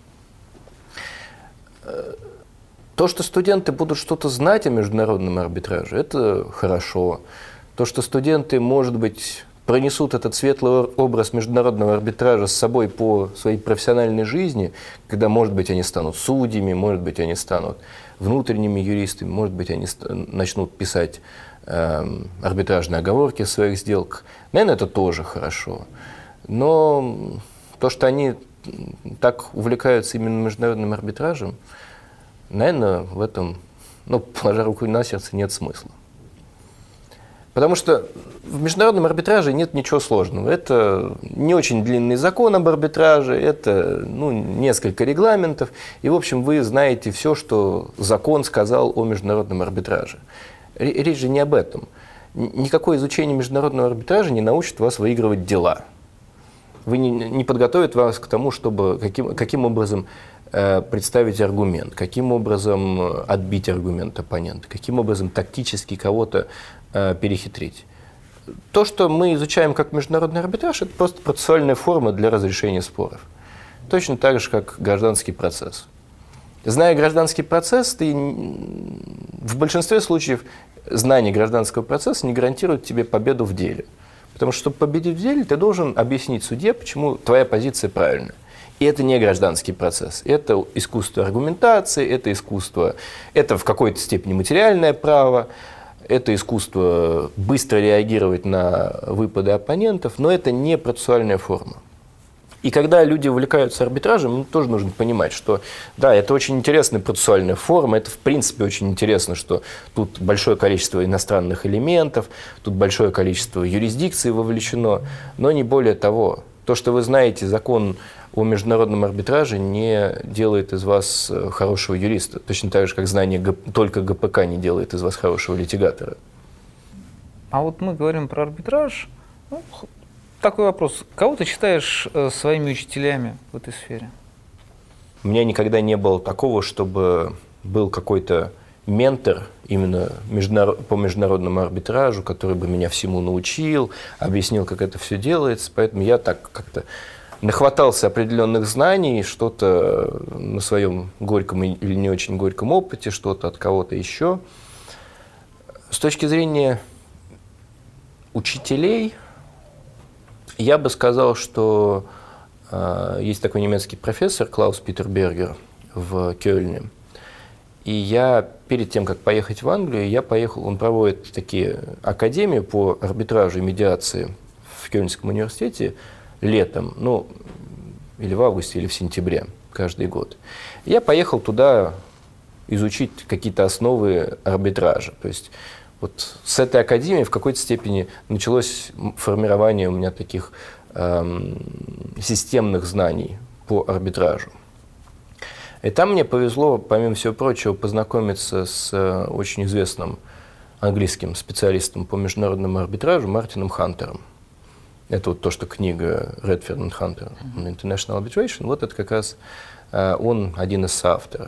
То, что студенты будут что-то знать о международном арбитраже, это хорошо. То, что студенты, может быть, пронесут этот светлый образ международного арбитража с собой по своей профессиональной жизни, когда, может быть, они станут судьями, может быть, они станут внутренними юристами, может быть, они начнут писать арбитражные оговорки в своих сделках. Наверное, это тоже хорошо. Но то, что они так увлекаются именно международным арбитражем, наверное, в этом, ну, положа руку на сердце, нет смысла. Потому что в международном арбитраже нет ничего сложного. Это не очень длинный закон об арбитраже, это, ну, несколько регламентов. И, в общем, вы знаете все, что закон сказал о международном арбитраже. Речь же не об этом. Никакое изучение международного арбитража не научит вас выигрывать дела. Вы не подготовит вас к тому, чтобы каким образом представить аргумент, каким образом отбить аргумент оппонента, каким образом тактически кого-то перехитрить. То, что мы изучаем как международный арбитраж, это просто процессуальная форма для разрешения споров. Точно так же, как гражданский процесс. Зная гражданский процесс, ты в большинстве случаев знание гражданского процесса не гарантирует тебе победу в деле. Потому что, чтобы победить в деле, ты должен объяснить судье, почему твоя позиция правильная. И это не гражданский процесс. Это искусство аргументации, это в какой-то степени материальное право, это искусство быстро реагировать на выпады оппонентов, но это не процессуальная форма. И когда люди увлекаются арбитражем, им тоже нужно понимать, что да, это очень интересная процессуальная форма, это в принципе очень интересно, что тут большое количество иностранных элементов, тут большое количество юрисдикций вовлечено, но не более того. То, что вы знаете закон о международном арбитраже, не делает из вас хорошего юриста, точно так же, как знание только ГПК не делает из вас хорошего литигатора. А вот мы говорим про арбитраж. Такой вопрос. Кого ты считаешь своими учителями в этой сфере? У меня никогда не было такого, чтобы был какой-то ментор именно по международному арбитражу, который бы меня всему научил, объяснил, как это все делается. Поэтому я так как-то нахватался определенных знаний, что-то на своем горьком или не очень горьком опыте, что-то от кого-то еще. С точки зрения учителей, я бы сказал, что есть такой немецкий профессор Клаус Питер Бергер в Кёльне. И я перед тем, как поехать в Англию, он проводит такие академии по арбитражу и медиации в Кёльнском университете летом, или в августе, или в сентябре каждый год. Я поехал туда изучить какие-то основы арбитража. То есть вот с этой академии в какой-то степени началось формирование у меня таких системных знаний по арбитражу. И там мне повезло, помимо всего прочего, познакомиться с очень известным английским специалистом по международному арбитражу Мартином Хантером. Это вот то, что книга Redfern and Hunter International Arbitration, вот это как раз он один из соавторов.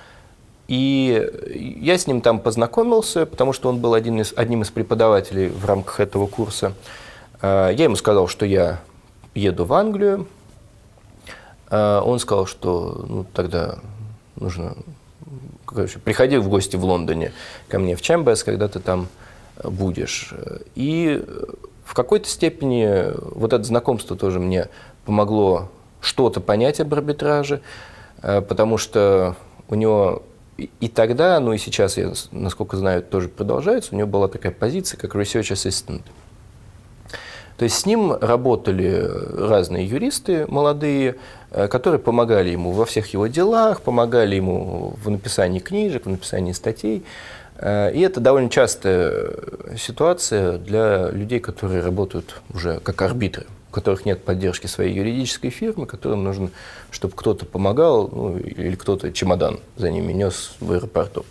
И я с ним там познакомился, потому что он был одним из преподавателей в рамках этого курса. Я ему сказал, что я еду в Англию. Он сказал, что тогда нужно... приходи в гости в Лондоне ко мне в Чемберс, когда ты там будешь. И в какой-то степени вот это знакомство тоже мне помогло что-то понять об арбитраже, потому что у него и тогда, и сейчас, я, насколько знаю, тоже продолжается, у него была такая позиция, как research assistant. То есть с ним работали разные юристы молодые, которые помогали ему во всех его делах, помогали ему в написании книжек, в написании статей. И это довольно частая ситуация для людей, которые работают уже как арбитры, у которых нет поддержки своей юридической фирмы, которым нужно, чтобы кто-то помогал, или кто-то чемодан за ними нес в аэропорту.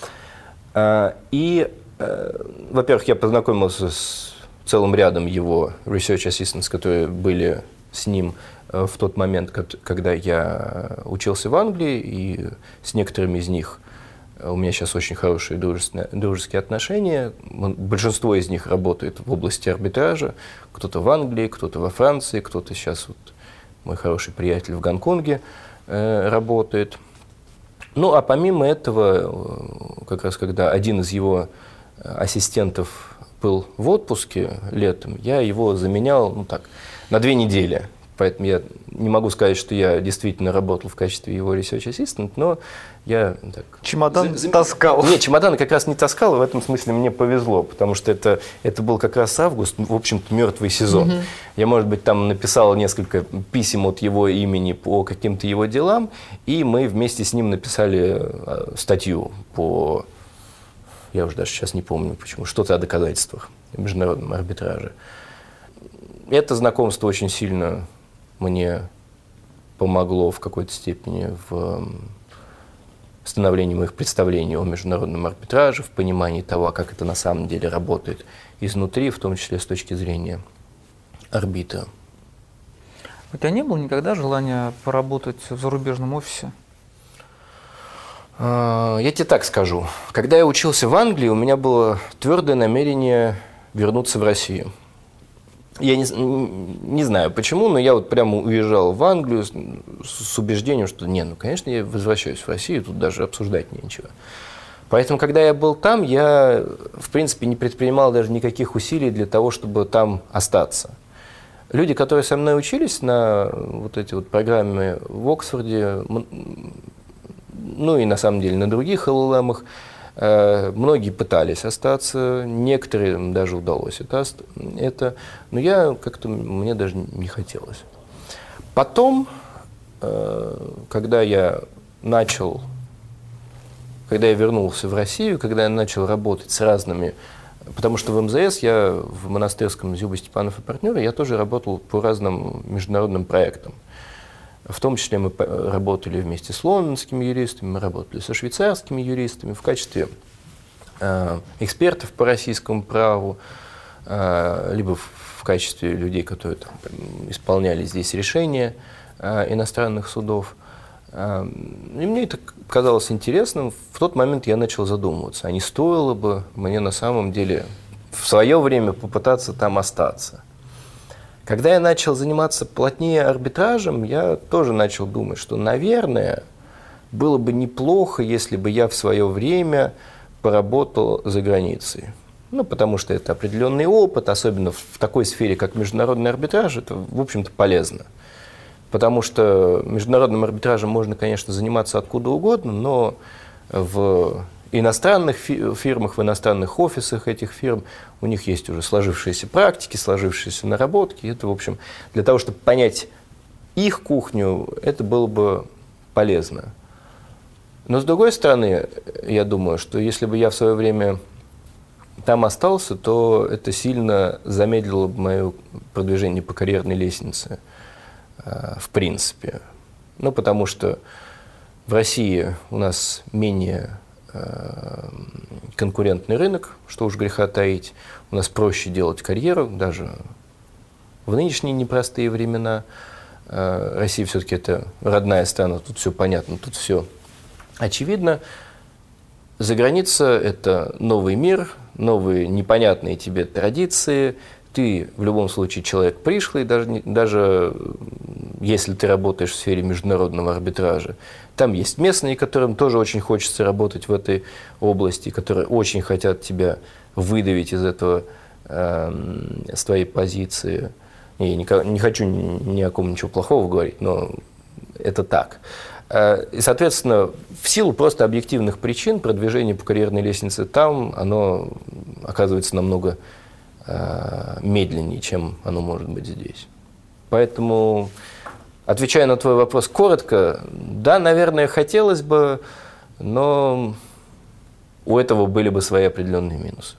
И, во-первых, я познакомился с целым рядом его research assistants, которые были с ним в тот момент, когда я учился в Англии, и с некоторыми из них у меня сейчас очень хорошие дружеские отношения. Большинство из них работает в области арбитража. Кто-то в Англии, кто-то во Франции, кто-то сейчас, мой хороший приятель в Гонконге работает. А помимо этого, как раз когда один из его ассистентов был в отпуске летом, я его заменял на 2 недели. Поэтому я не могу сказать, что я действительно работал в качестве его research assistant, но я так... Чемодан таскал. Нет, чемодан как раз не таскал, и в этом смысле мне повезло, потому что это был как раз август, в общем-то, мертвый сезон. Я, может быть, там написал несколько писем от его имени по каким-то его делам, и мы вместе с ним написали статью по... Я уже даже сейчас не помню, почему. Что-то о доказательствах в международном арбитраже. Это знакомство очень сильно мне помогло в какой-то степени в становлении моих представлений о международном арбитраже, в понимании того, как это на самом деле работает изнутри, в том числе с точки зрения арбитра. У тебя не было никогда желания поработать в зарубежном офисе? Я тебе так скажу. Когда я учился в Англии, у меня было твердое намерение вернуться в Россию. Я не знаю почему, но я прямо уезжал в Англию с убеждением, что конечно, я возвращаюсь в Россию, тут даже обсуждать нечего. Поэтому, когда я был там, я, в принципе, не предпринимал даже никаких усилий для того, чтобы там остаться. Люди, которые со мной учились на эти программы в Оксфорде, и на самом деле на других ЛЛМах, многие пытались остаться, некоторым даже удалось это, но мне даже не хотелось. Потом, когда я вернулся в Россию, когда я начал работать с разными, потому что в МЗС я в монастырском Зюба, Степанов и партнеры, я тоже работал по разным международным проектам. В том числе мы работали вместе с лондонскими юристами, мы работали со швейцарскими юристами в качестве экспертов по российскому праву, либо в качестве людей, которые там исполняли здесь решения иностранных судов. И мне это казалось интересным. В тот момент я начал задумываться, а не стоило бы мне на самом деле в свое время попытаться там остаться. Когда я начал заниматься плотнее арбитражем, я тоже начал думать, что, наверное, было бы неплохо, если бы я в свое время поработал за границей. Ну, потому что это определенный опыт, особенно в такой сфере, как международный арбитраж, это, в общем-то, полезно. Потому что международным арбитражем можно, конечно, заниматься откуда угодно, но в иностранных фирмах, в иностранных офисах этих фирм у них есть уже сложившиеся практики, сложившиеся наработки. Это, в общем, для того, чтобы понять их кухню, это было бы полезно. Но, с другой стороны, я думаю, что если бы я в свое время там остался, то это сильно замедлило бы мое продвижение по карьерной лестнице, в принципе. Ну, потому что в России у нас менее конкурентный рынок, что уж греха таить. У нас проще делать карьеру, даже в нынешние непростые времена. Россия все-таки это родная страна, тут все понятно, тут все очевидно. За граница – это новый мир, новые непонятные тебе традиции. Ты в любом случае человек пришлый, даже если ты работаешь в сфере международного арбитража. Там есть местные, которым тоже очень хочется работать в этой области, которые очень хотят тебя выдавить из этого, с твоей позиции. Я не хочу ни о ком ничего плохого говорить, но это так. И, соответственно, в силу просто объективных причин продвижение по карьерной лестнице там, оно оказывается намного медленнее, чем оно может быть здесь. Поэтому, отвечая на твой вопрос коротко, да, наверное, хотелось бы, но у этого были бы свои определенные минусы.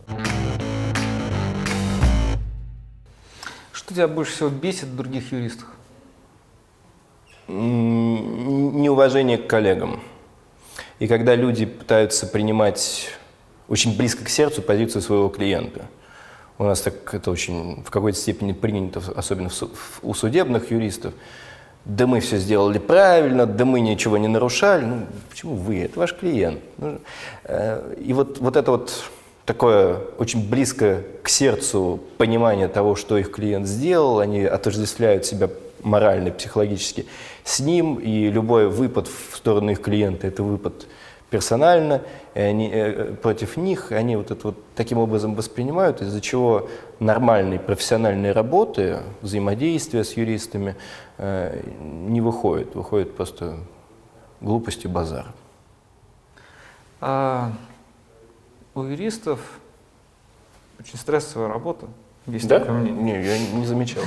Что тебя больше всего бесит в других юристах? Неуважение к коллегам. И когда люди пытаются принимать очень близко к сердцу позицию своего клиента. У нас так это очень в какой-то степени принято, особенно у судебных юристов. Да мы все сделали правильно, да мы ничего не нарушали. Ну, почему вы? Это ваш клиент. И вот это вот такое очень близко к сердцу понимание того, что их клиент сделал, они отождествляют себя морально, психологически с ним, и любой выпад в сторону их клиента – это выпад персонально, и они, против них, они вот это вот таким образом воспринимают, из-за чего нормальной профессиональной работы, взаимодействия с юристами не выходит. Выходит просто глупость и базар. У юристов очень стрессовая работа. Есть да? такое мнение. Не, я не замечал.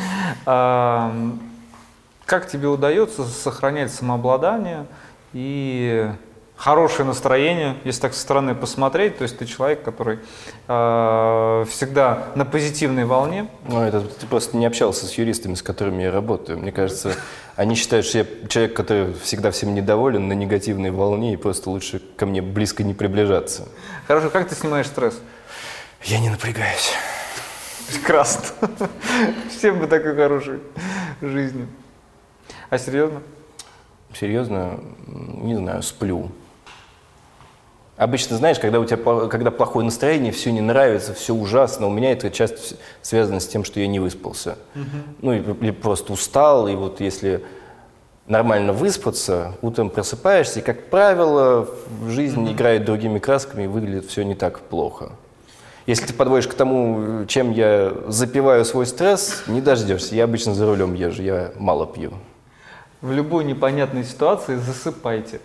Как тебе удается сохранять самообладание и хорошее настроение, если так со стороны посмотреть? То есть ты человек, который всегда на позитивной волне. Ну, это ты просто не общался с юристами, с которыми я работаю. Мне кажется, они считают, что я человек, который всегда всем недоволен, на негативной волне, и просто лучше ко мне близко не приближаться. Хорошо, как ты снимаешь стресс? Я не напрягаюсь. Прекрасно. Всем бы такой хорошей жизни. А серьезно? Серьезно? Не знаю, сплю. Обычно, знаешь, когда плохое настроение, все не нравится, все ужасно. У меня это часто связано с тем, что я не выспался. Ну, или просто устал, и вот если нормально выспаться, утром просыпаешься, и, как правило, в жизни играет другими красками, и выглядит все не так плохо. Если ты подводишь к тому, чем я запиваю свой стресс, не дождешься. Я обычно за рулем езжу, я мало пью. В любой непонятной ситуации засыпайте.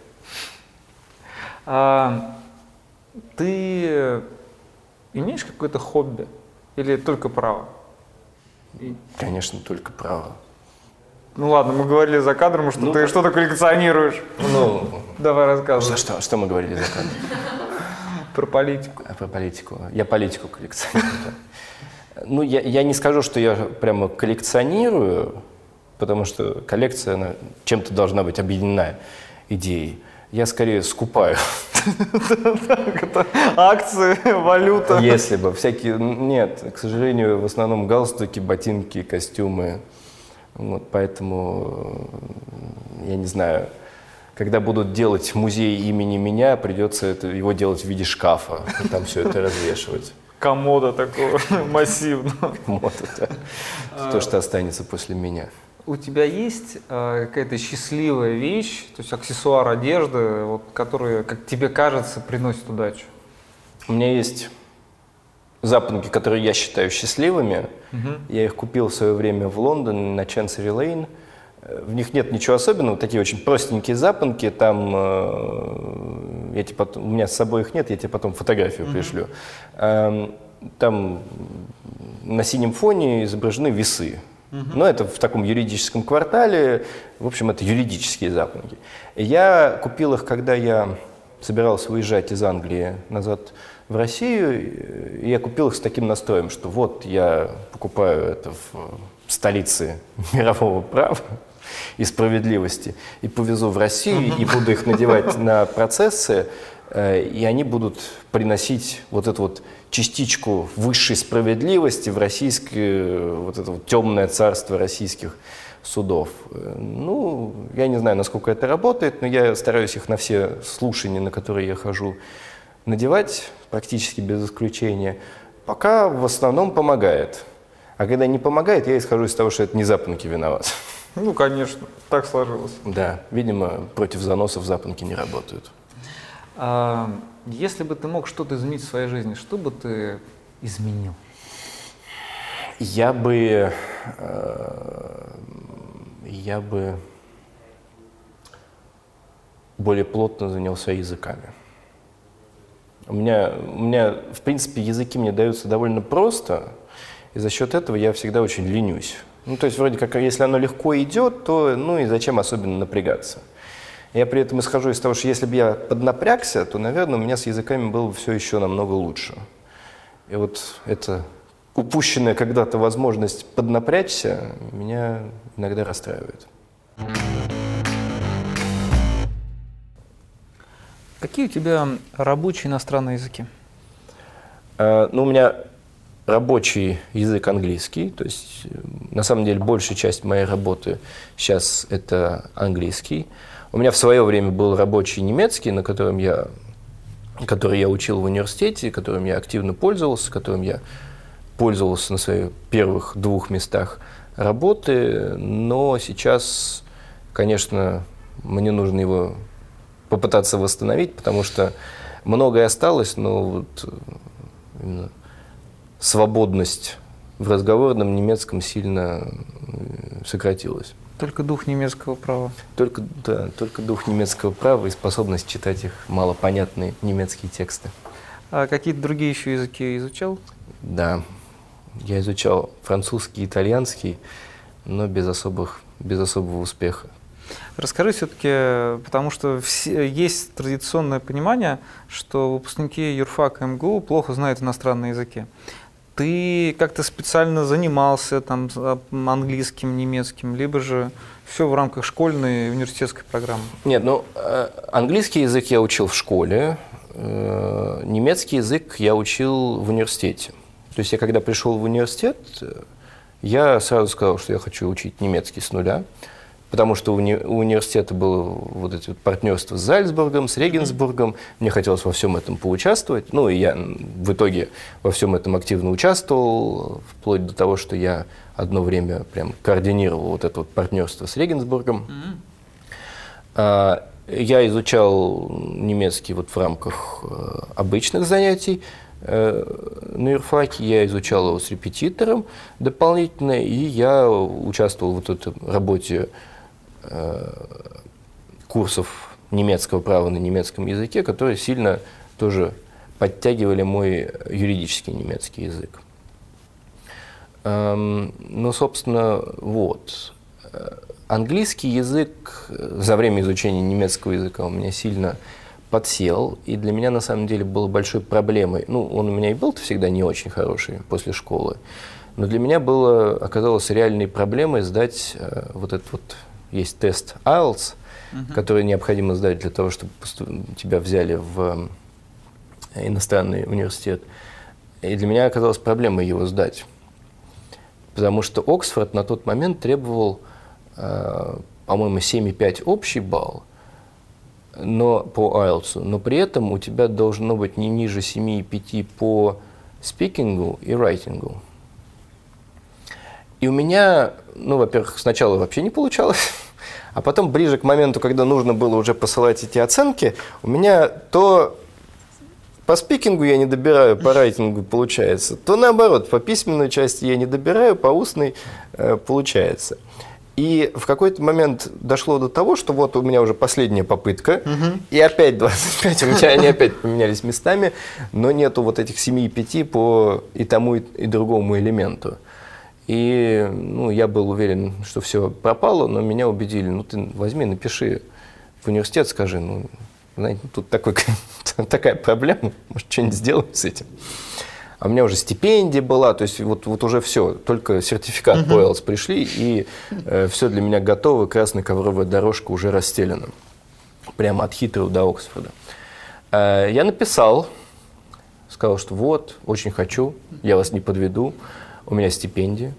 Ты имеешь какое-то хобби или только право? Конечно, только право. Ну ладно, мы говорили за кадром, что ты что-то коллекционируешь. Ну, Давай рассказывай. что мы говорили за кадром? Про политику. Про политику. Я политику коллекционирую. Да. Ну, я не скажу, что я прямо коллекционирую, потому что коллекция, она чем-то должна быть объединена идеей. Я скорее скупаю. Акции, валюта. Если бы. Всякие... Нет, к сожалению, в основном галстуки, ботинки, костюмы. Вот, поэтому, я не знаю, когда будут делать музей имени меня, придется его делать в виде шкафа, и там все это развешивать. Комода такого массивного. Вот это. То, что останется после меня. У тебя есть какая-то счастливая вещь, то есть аксессуар одежды, вот, который, как тебе кажется, приносит удачу? У меня есть запонки, которые я считаю счастливыми. Я их купил в свое время в Лондоне на Chancery Lane. В них нет ничего особенного, такие очень простенькие запонки. Там у меня с собой их нет, я тебе потом фотографию пришлю. Там на синем фоне изображены весы. Но это в таком юридическом квартале. В общем, это юридические запонки. Я купил их, когда я собирался уезжать из Англии назад в Россию. И я купил их с таким настроем, что вот я покупаю это в столице мирового права и справедливости, и повезу в Россию, и буду их надевать на процессы, и они будут приносить вот эту вот частичку высшей справедливости в российское, вот это вот темное царство российских судов. Ну, я не знаю, насколько это работает, но я стараюсь их на все слушания, на которые я хожу, надевать практически без исключения. Пока в основном помогает. А когда не помогает, я исхожу из того, что это не запонки виноваты. Ну, конечно, так сложилось. Да, видимо, против заносов запонки не работают. Если бы ты мог что-то изменить в своей жизни, что бы ты изменил? Я бы более плотно занялся языками. У меня, в принципе, языки мне даются довольно просто, и за счет этого я всегда очень ленюсь. Ну, то есть, вроде как, если оно легко идет, то, ну, и зачем особенно напрягаться? Я при этом исхожу из того, что если бы я поднапрягся, то, наверное, у меня с языками было бы все еще намного лучше. И вот эта упущенная когда-то возможность поднапрячься меня иногда расстраивает. Какие у тебя рабочие иностранные языки? Ну, у меня рабочий язык английский, то есть, на самом деле, большая часть моей работы сейчас это английский. У меня в свое время был рабочий немецкий, который я учил в университете, которым я активно пользовался, которым я пользовался на своих первых 2 местах работы, но сейчас, конечно, мне нужно его попытаться восстановить, потому что многое осталось, но вот именно свободность в разговорном немецком сильно сократилась. Только дух немецкого права. Только дух немецкого права и способность читать их малопонятные немецкие тексты. А какие-то другие еще языки изучал? Да, я изучал французский, итальянский, но без особого успеха. Расскажи все-таки, потому что есть традиционное понимание, что выпускники юрфака МГУ плохо знают иностранные языки. Ты как-то специально занимался там английским, немецким, либо же все в рамках школьной и университетской программы? Нет, ну, английский язык я учил в школе, немецкий язык я учил в университете. То есть я когда пришел в университет, я сразу сказал, что я хочу учить немецкий с нуля, потому что у университета было вот эти вот партнерства с Зальцбургом, с Регенсбургом. Мне хотелось во всем этом поучаствовать. Ну, и я в итоге во всем этом активно участвовал, вплоть до того, что я одно время прям координировал вот это вот партнерство с Регенсбургом. Я изучал немецкий вот в рамках обычных занятий на юрфаке, я изучал его с репетитором дополнительно, и я участвовал в вот этой работе курсов немецкого права на немецком языке, которые сильно тоже подтягивали мой юридический немецкий язык. Ну, собственно, вот. Английский язык за время изучения немецкого языка у меня сильно подсел, и для меня на самом деле было большой проблемой. Ну, он у меня и был-то всегда не очень хороший после школы, но для меня оказалось реальной проблемой сдать вот этот вот, есть тест IELTS, который необходимо сдать для того, чтобы тебя взяли в иностранный университет. И для меня оказалась проблемой его сдать, потому что Оксфорд на тот момент требовал, по-моему, 7,5 общий балл по IELTS, но при этом у тебя должно быть не ниже 7,5 по спикингу и райтингу. И у меня, ну, во-первых, сначала вообще не получалось, а потом ближе к моменту, когда нужно было уже посылать эти оценки, у меня то по спикингу я не добираю, по райтингу получается, то наоборот, по письменной части я не добираю, по устной получается. И в какой-то момент дошло до того, что вот у меня уже последняя попытка, и опять 25, у меня они опять поменялись местами, но нету вот этих 7,5 по и тому, и другому элементу. И ну, я был уверен, что все пропало, но меня убедили, ну ты возьми, напиши в университет, скажи, ну, знаете, тут такая проблема, может, что-нибудь сделаем с этим. А у меня уже стипендия была, то есть вот уже все, только сертификат по IELTS пришли, и все для меня готово, красная ковровая дорожка уже расстелена, прямо от Хитроу до Оксфорда. Я написал, сказал, что вот, очень хочу, я вас не подведу, у меня стипендия.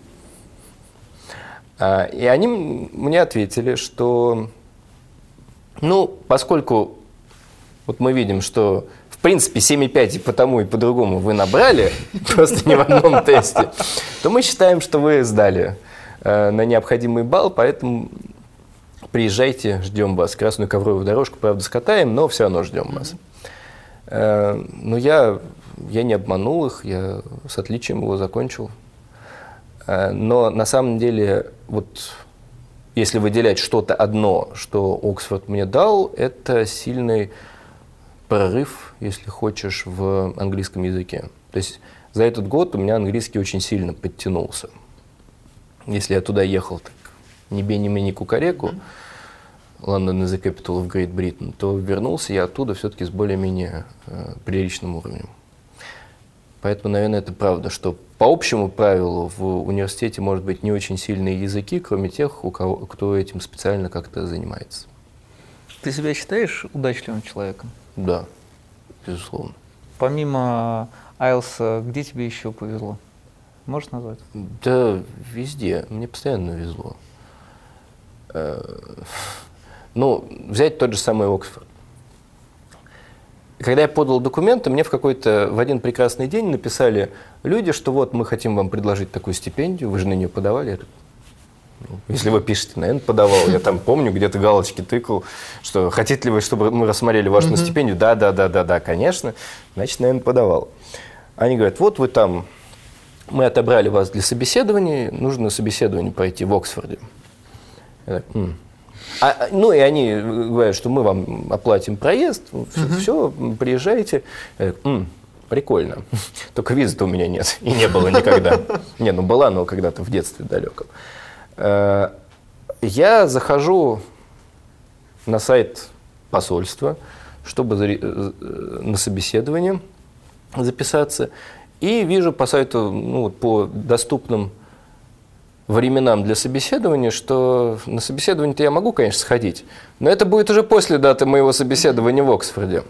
И они мне ответили, что, ну, поскольку вот мы видим, что в принципе 7,5 и по тому, и по другому вы набрали, просто не в одном тесте, то мы считаем, что вы сдали на необходимый балл, поэтому приезжайте, ждем вас. Красную ковровую дорожку, правда, скатаем, но все равно ждем вас. Но я не обманул их, я с отличием его закончил. Но на самом деле, вот если выделять что-то одно, что Оксфорд мне дал, это сильный прорыв, если хочешь, в английском языке. То есть за этот год у меня английский очень сильно подтянулся. Если я туда ехал так, ни бе, ни ме, ни кукареку, London is the capital of Great Britain, то вернулся я оттуда все-таки с более-менее приличным уровнем. Поэтому, наверное, это правда, что по общему правилу в университете может быть не очень сильные языки, кроме тех, кто этим специально как-то занимается. Ты себя считаешь удачливым человеком? Да, безусловно. Помимо IELTS, где тебе еще повезло? Можешь назвать? Да, везде. Мне постоянно везло. Ну, взять тот же самый Оксфорд. Когда я подал документы, мне в один прекрасный день написали люди, что вот мы хотим вам предложить такую стипендию, вы же на нее подавали. Я говорю, ну, если вы пишете, наверное, подавал. Я там помню, где-то галочки тыкал, что хотите ли вы, чтобы мы рассмотрели вашу стипендию? Да, конечно. Значит, наверное, подавал. Они говорят, вот вы там, мы отобрали вас для собеседования, нужно собеседование пройти в Оксфорде. Я так, ну, и они говорят, что мы вам оплатим проезд, все, приезжайте. Я так, прикольно. Только визы-то у меня нет, и не было никогда. Не, ну была, но когда-то в детстве далеком. Я захожу на сайт посольства, чтобы на собеседование записаться, и вижу по сайту, ну, по доступным временам для собеседования, что на собеседование-то я могу, конечно, сходить, но это будет уже после даты моего собеседования в Оксфорде.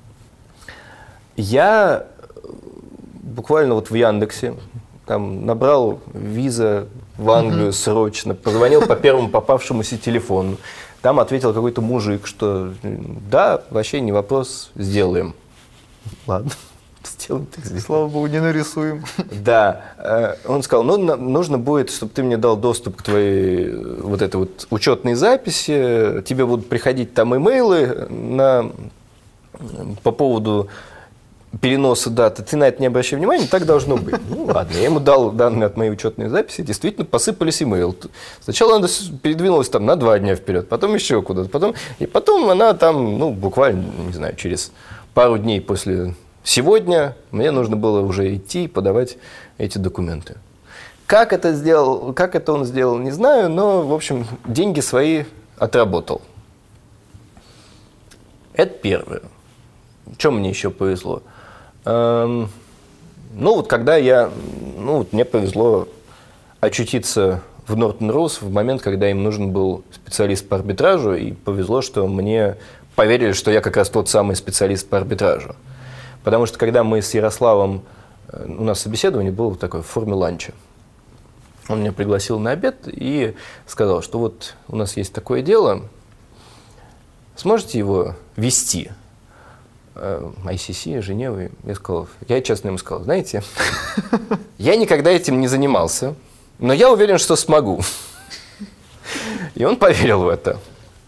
Я буквально вот в Яндексе там набрал виза в Англию срочно, позвонил по первому попавшемуся телефону. Там ответил какой-то мужик, что да, вообще не вопрос, сделаем. Ладно. Сделаем, так сделаем. Слава богу, не нарисуем. Да. Он сказал, ну, нужно будет, чтобы ты мне дал доступ к твоей вот этой вот учетной записи, тебе будут приходить там имейлы по поводу переноса даты, ты на это не обращай внимания, так должно быть. Ну ладно, я ему дал данные от моей учетной записи, действительно посыпались имейлы. Сначала она передвинулась там на 2 дня вперед, потом еще куда-то, и потом она там, ну, буквально, не знаю, через пару дней после сегодня мне нужно было уже идти и подавать эти документы. Как это он сделал, не знаю, но, в общем, деньги свои отработал. Это первое. Чем мне еще повезло? Ну, вот когда мне повезло очутиться в Norton Rose в момент, когда им нужен был специалист по арбитражу, и повезло, что мне поверили, что я как раз тот самый специалист по арбитражу. Потому что когда мы с Ярославом, у нас собеседование было такое в форме ланча. Он меня пригласил на обед и сказал, что вот у нас есть такое дело, сможете его вести? ICC, Женевы. Я честно ему сказал, знаете, я никогда этим не занимался, но я уверен, что смогу. И он поверил в это.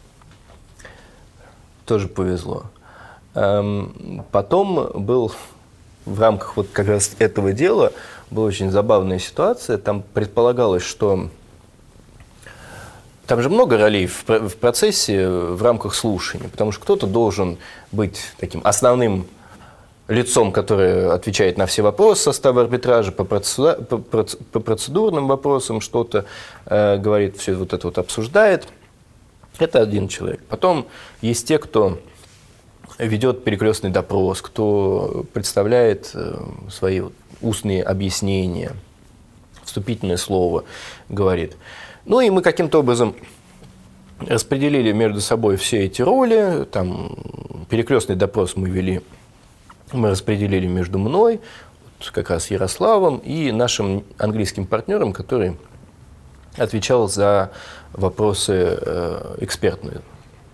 Тоже повезло. Потом был в рамках вот как раз этого дела была очень забавная ситуация. Там предполагалось, что там же много ролей в процессе в рамках слушания, потому что кто-то должен быть таким основным лицом, которое отвечает на все вопросы состава арбитража, по процедурным вопросам что-то говорит, все вот это вот обсуждает. Это один человек. Потом есть те, кто ведет перекрестный допрос, кто представляет свои устные объяснения, вступительное слово говорит. Ну и мы каким-то образом распределили между собой все эти роли. Там перекрестный допрос мы вели, мы распределили между мной, вот как раз Ярославом, и нашим английским партнером, который отвечал за вопросы экспертные.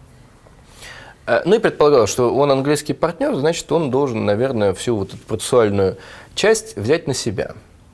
Ну и предполагалось, что он английский партнер, значит, он должен, наверное, всю вот эту процессуальную часть взять на себя.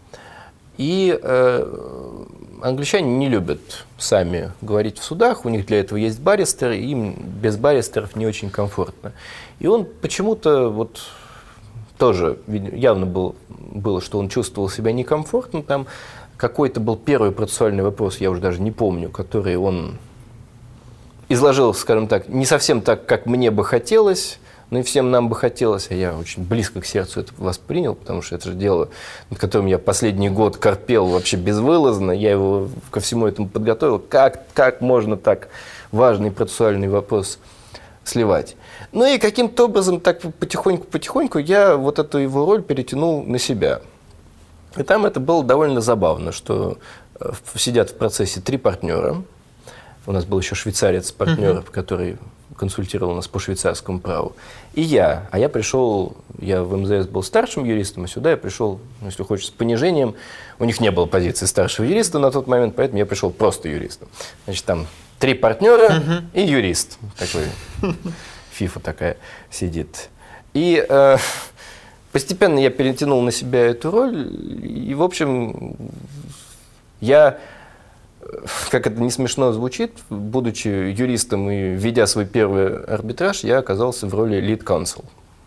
И англичане не любят сами говорить в судах, у них для этого есть баристеры, им без баристеров не очень комфортно. И он почему-то вот тоже явно было, что он чувствовал себя некомфортно. Там какой-то был первый процессуальный вопрос, я уже даже не помню, который он изложил, скажем так, не совсем так, как мне бы хотелось, но и всем нам бы хотелось, а я очень близко к сердцу это воспринял, потому что это же дело, над которым я последний год корпел вообще безвылазно, я его ко всему этому подготовил. Как можно так важный процессуальный вопрос сливать? Ну и каким-то образом так потихоньку я вот эту его роль перетянул на себя. И там это было довольно забавно, что сидят в процессе 3 партнера. У нас был еще швейцарец-партнер, который консультировал нас по швейцарскому праву. И я. А я пришел, я в МЗС был старшим юристом, а сюда я пришел, если хочешь, с понижением. У них не было позиции старшего юриста на тот момент, поэтому я пришел просто юристом. Значит, там 3 партнера и юрист. Такой, фифа такая сидит. И постепенно я перетянул на себя эту роль. И, в общем, я... Как это не смешно звучит, будучи юристом и ведя свой первый арбитраж, я оказался в роли lead counsel.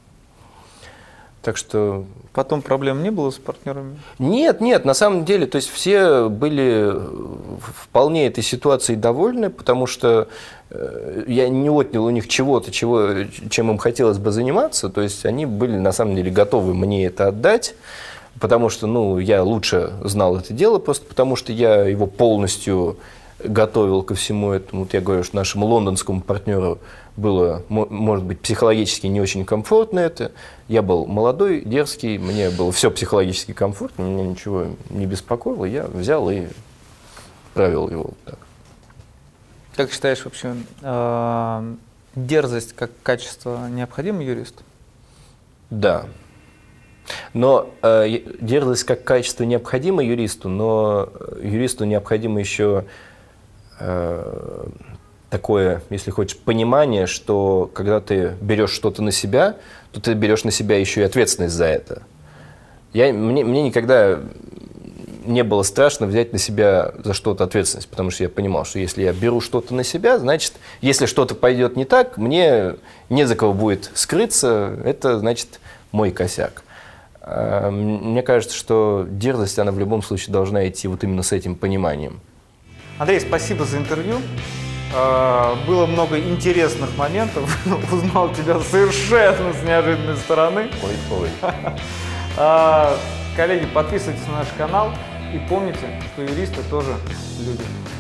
Так что... Потом проблем не было с партнерами? Нет, на самом деле, то есть все были вполне этой ситуацией довольны, потому что я не отнял у них чего-то, чем им хотелось бы заниматься, то есть они были на самом деле готовы мне это отдать. Потому что, я лучше знал это дело, просто потому что я его полностью готовил ко всему этому. Вот я говорю, что нашему лондонскому партнеру было, может быть, психологически не очень комфортно это. Я был молодой, дерзкий, мне было все психологически комфортно, меня ничего не беспокоило. Я взял и провел его так. Как считаешь вообще, дерзость как качество необходимо юристу? Да. Но дерзость как качество необходимо юристу, но юристу необходимо еще такое, если хочешь, понимание, что когда ты берешь что-то на себя, то ты берешь на себя еще и ответственность за это. Мне никогда не было страшно взять на себя за что-то ответственность, потому что я понимал, что если я беру что-то на себя, значит, если что-то пойдет не так, мне не за кого будет скрыться, это значит мой косяк. Мне кажется, что дерзость, она в любом случае должна идти вот именно с этим пониманием. Андрей, спасибо за интервью. Было много интересных моментов. Узнал тебя совершенно с неожиданной стороны. Ой. Коллеги, подписывайтесь на наш канал. И помните, что юристы тоже люди.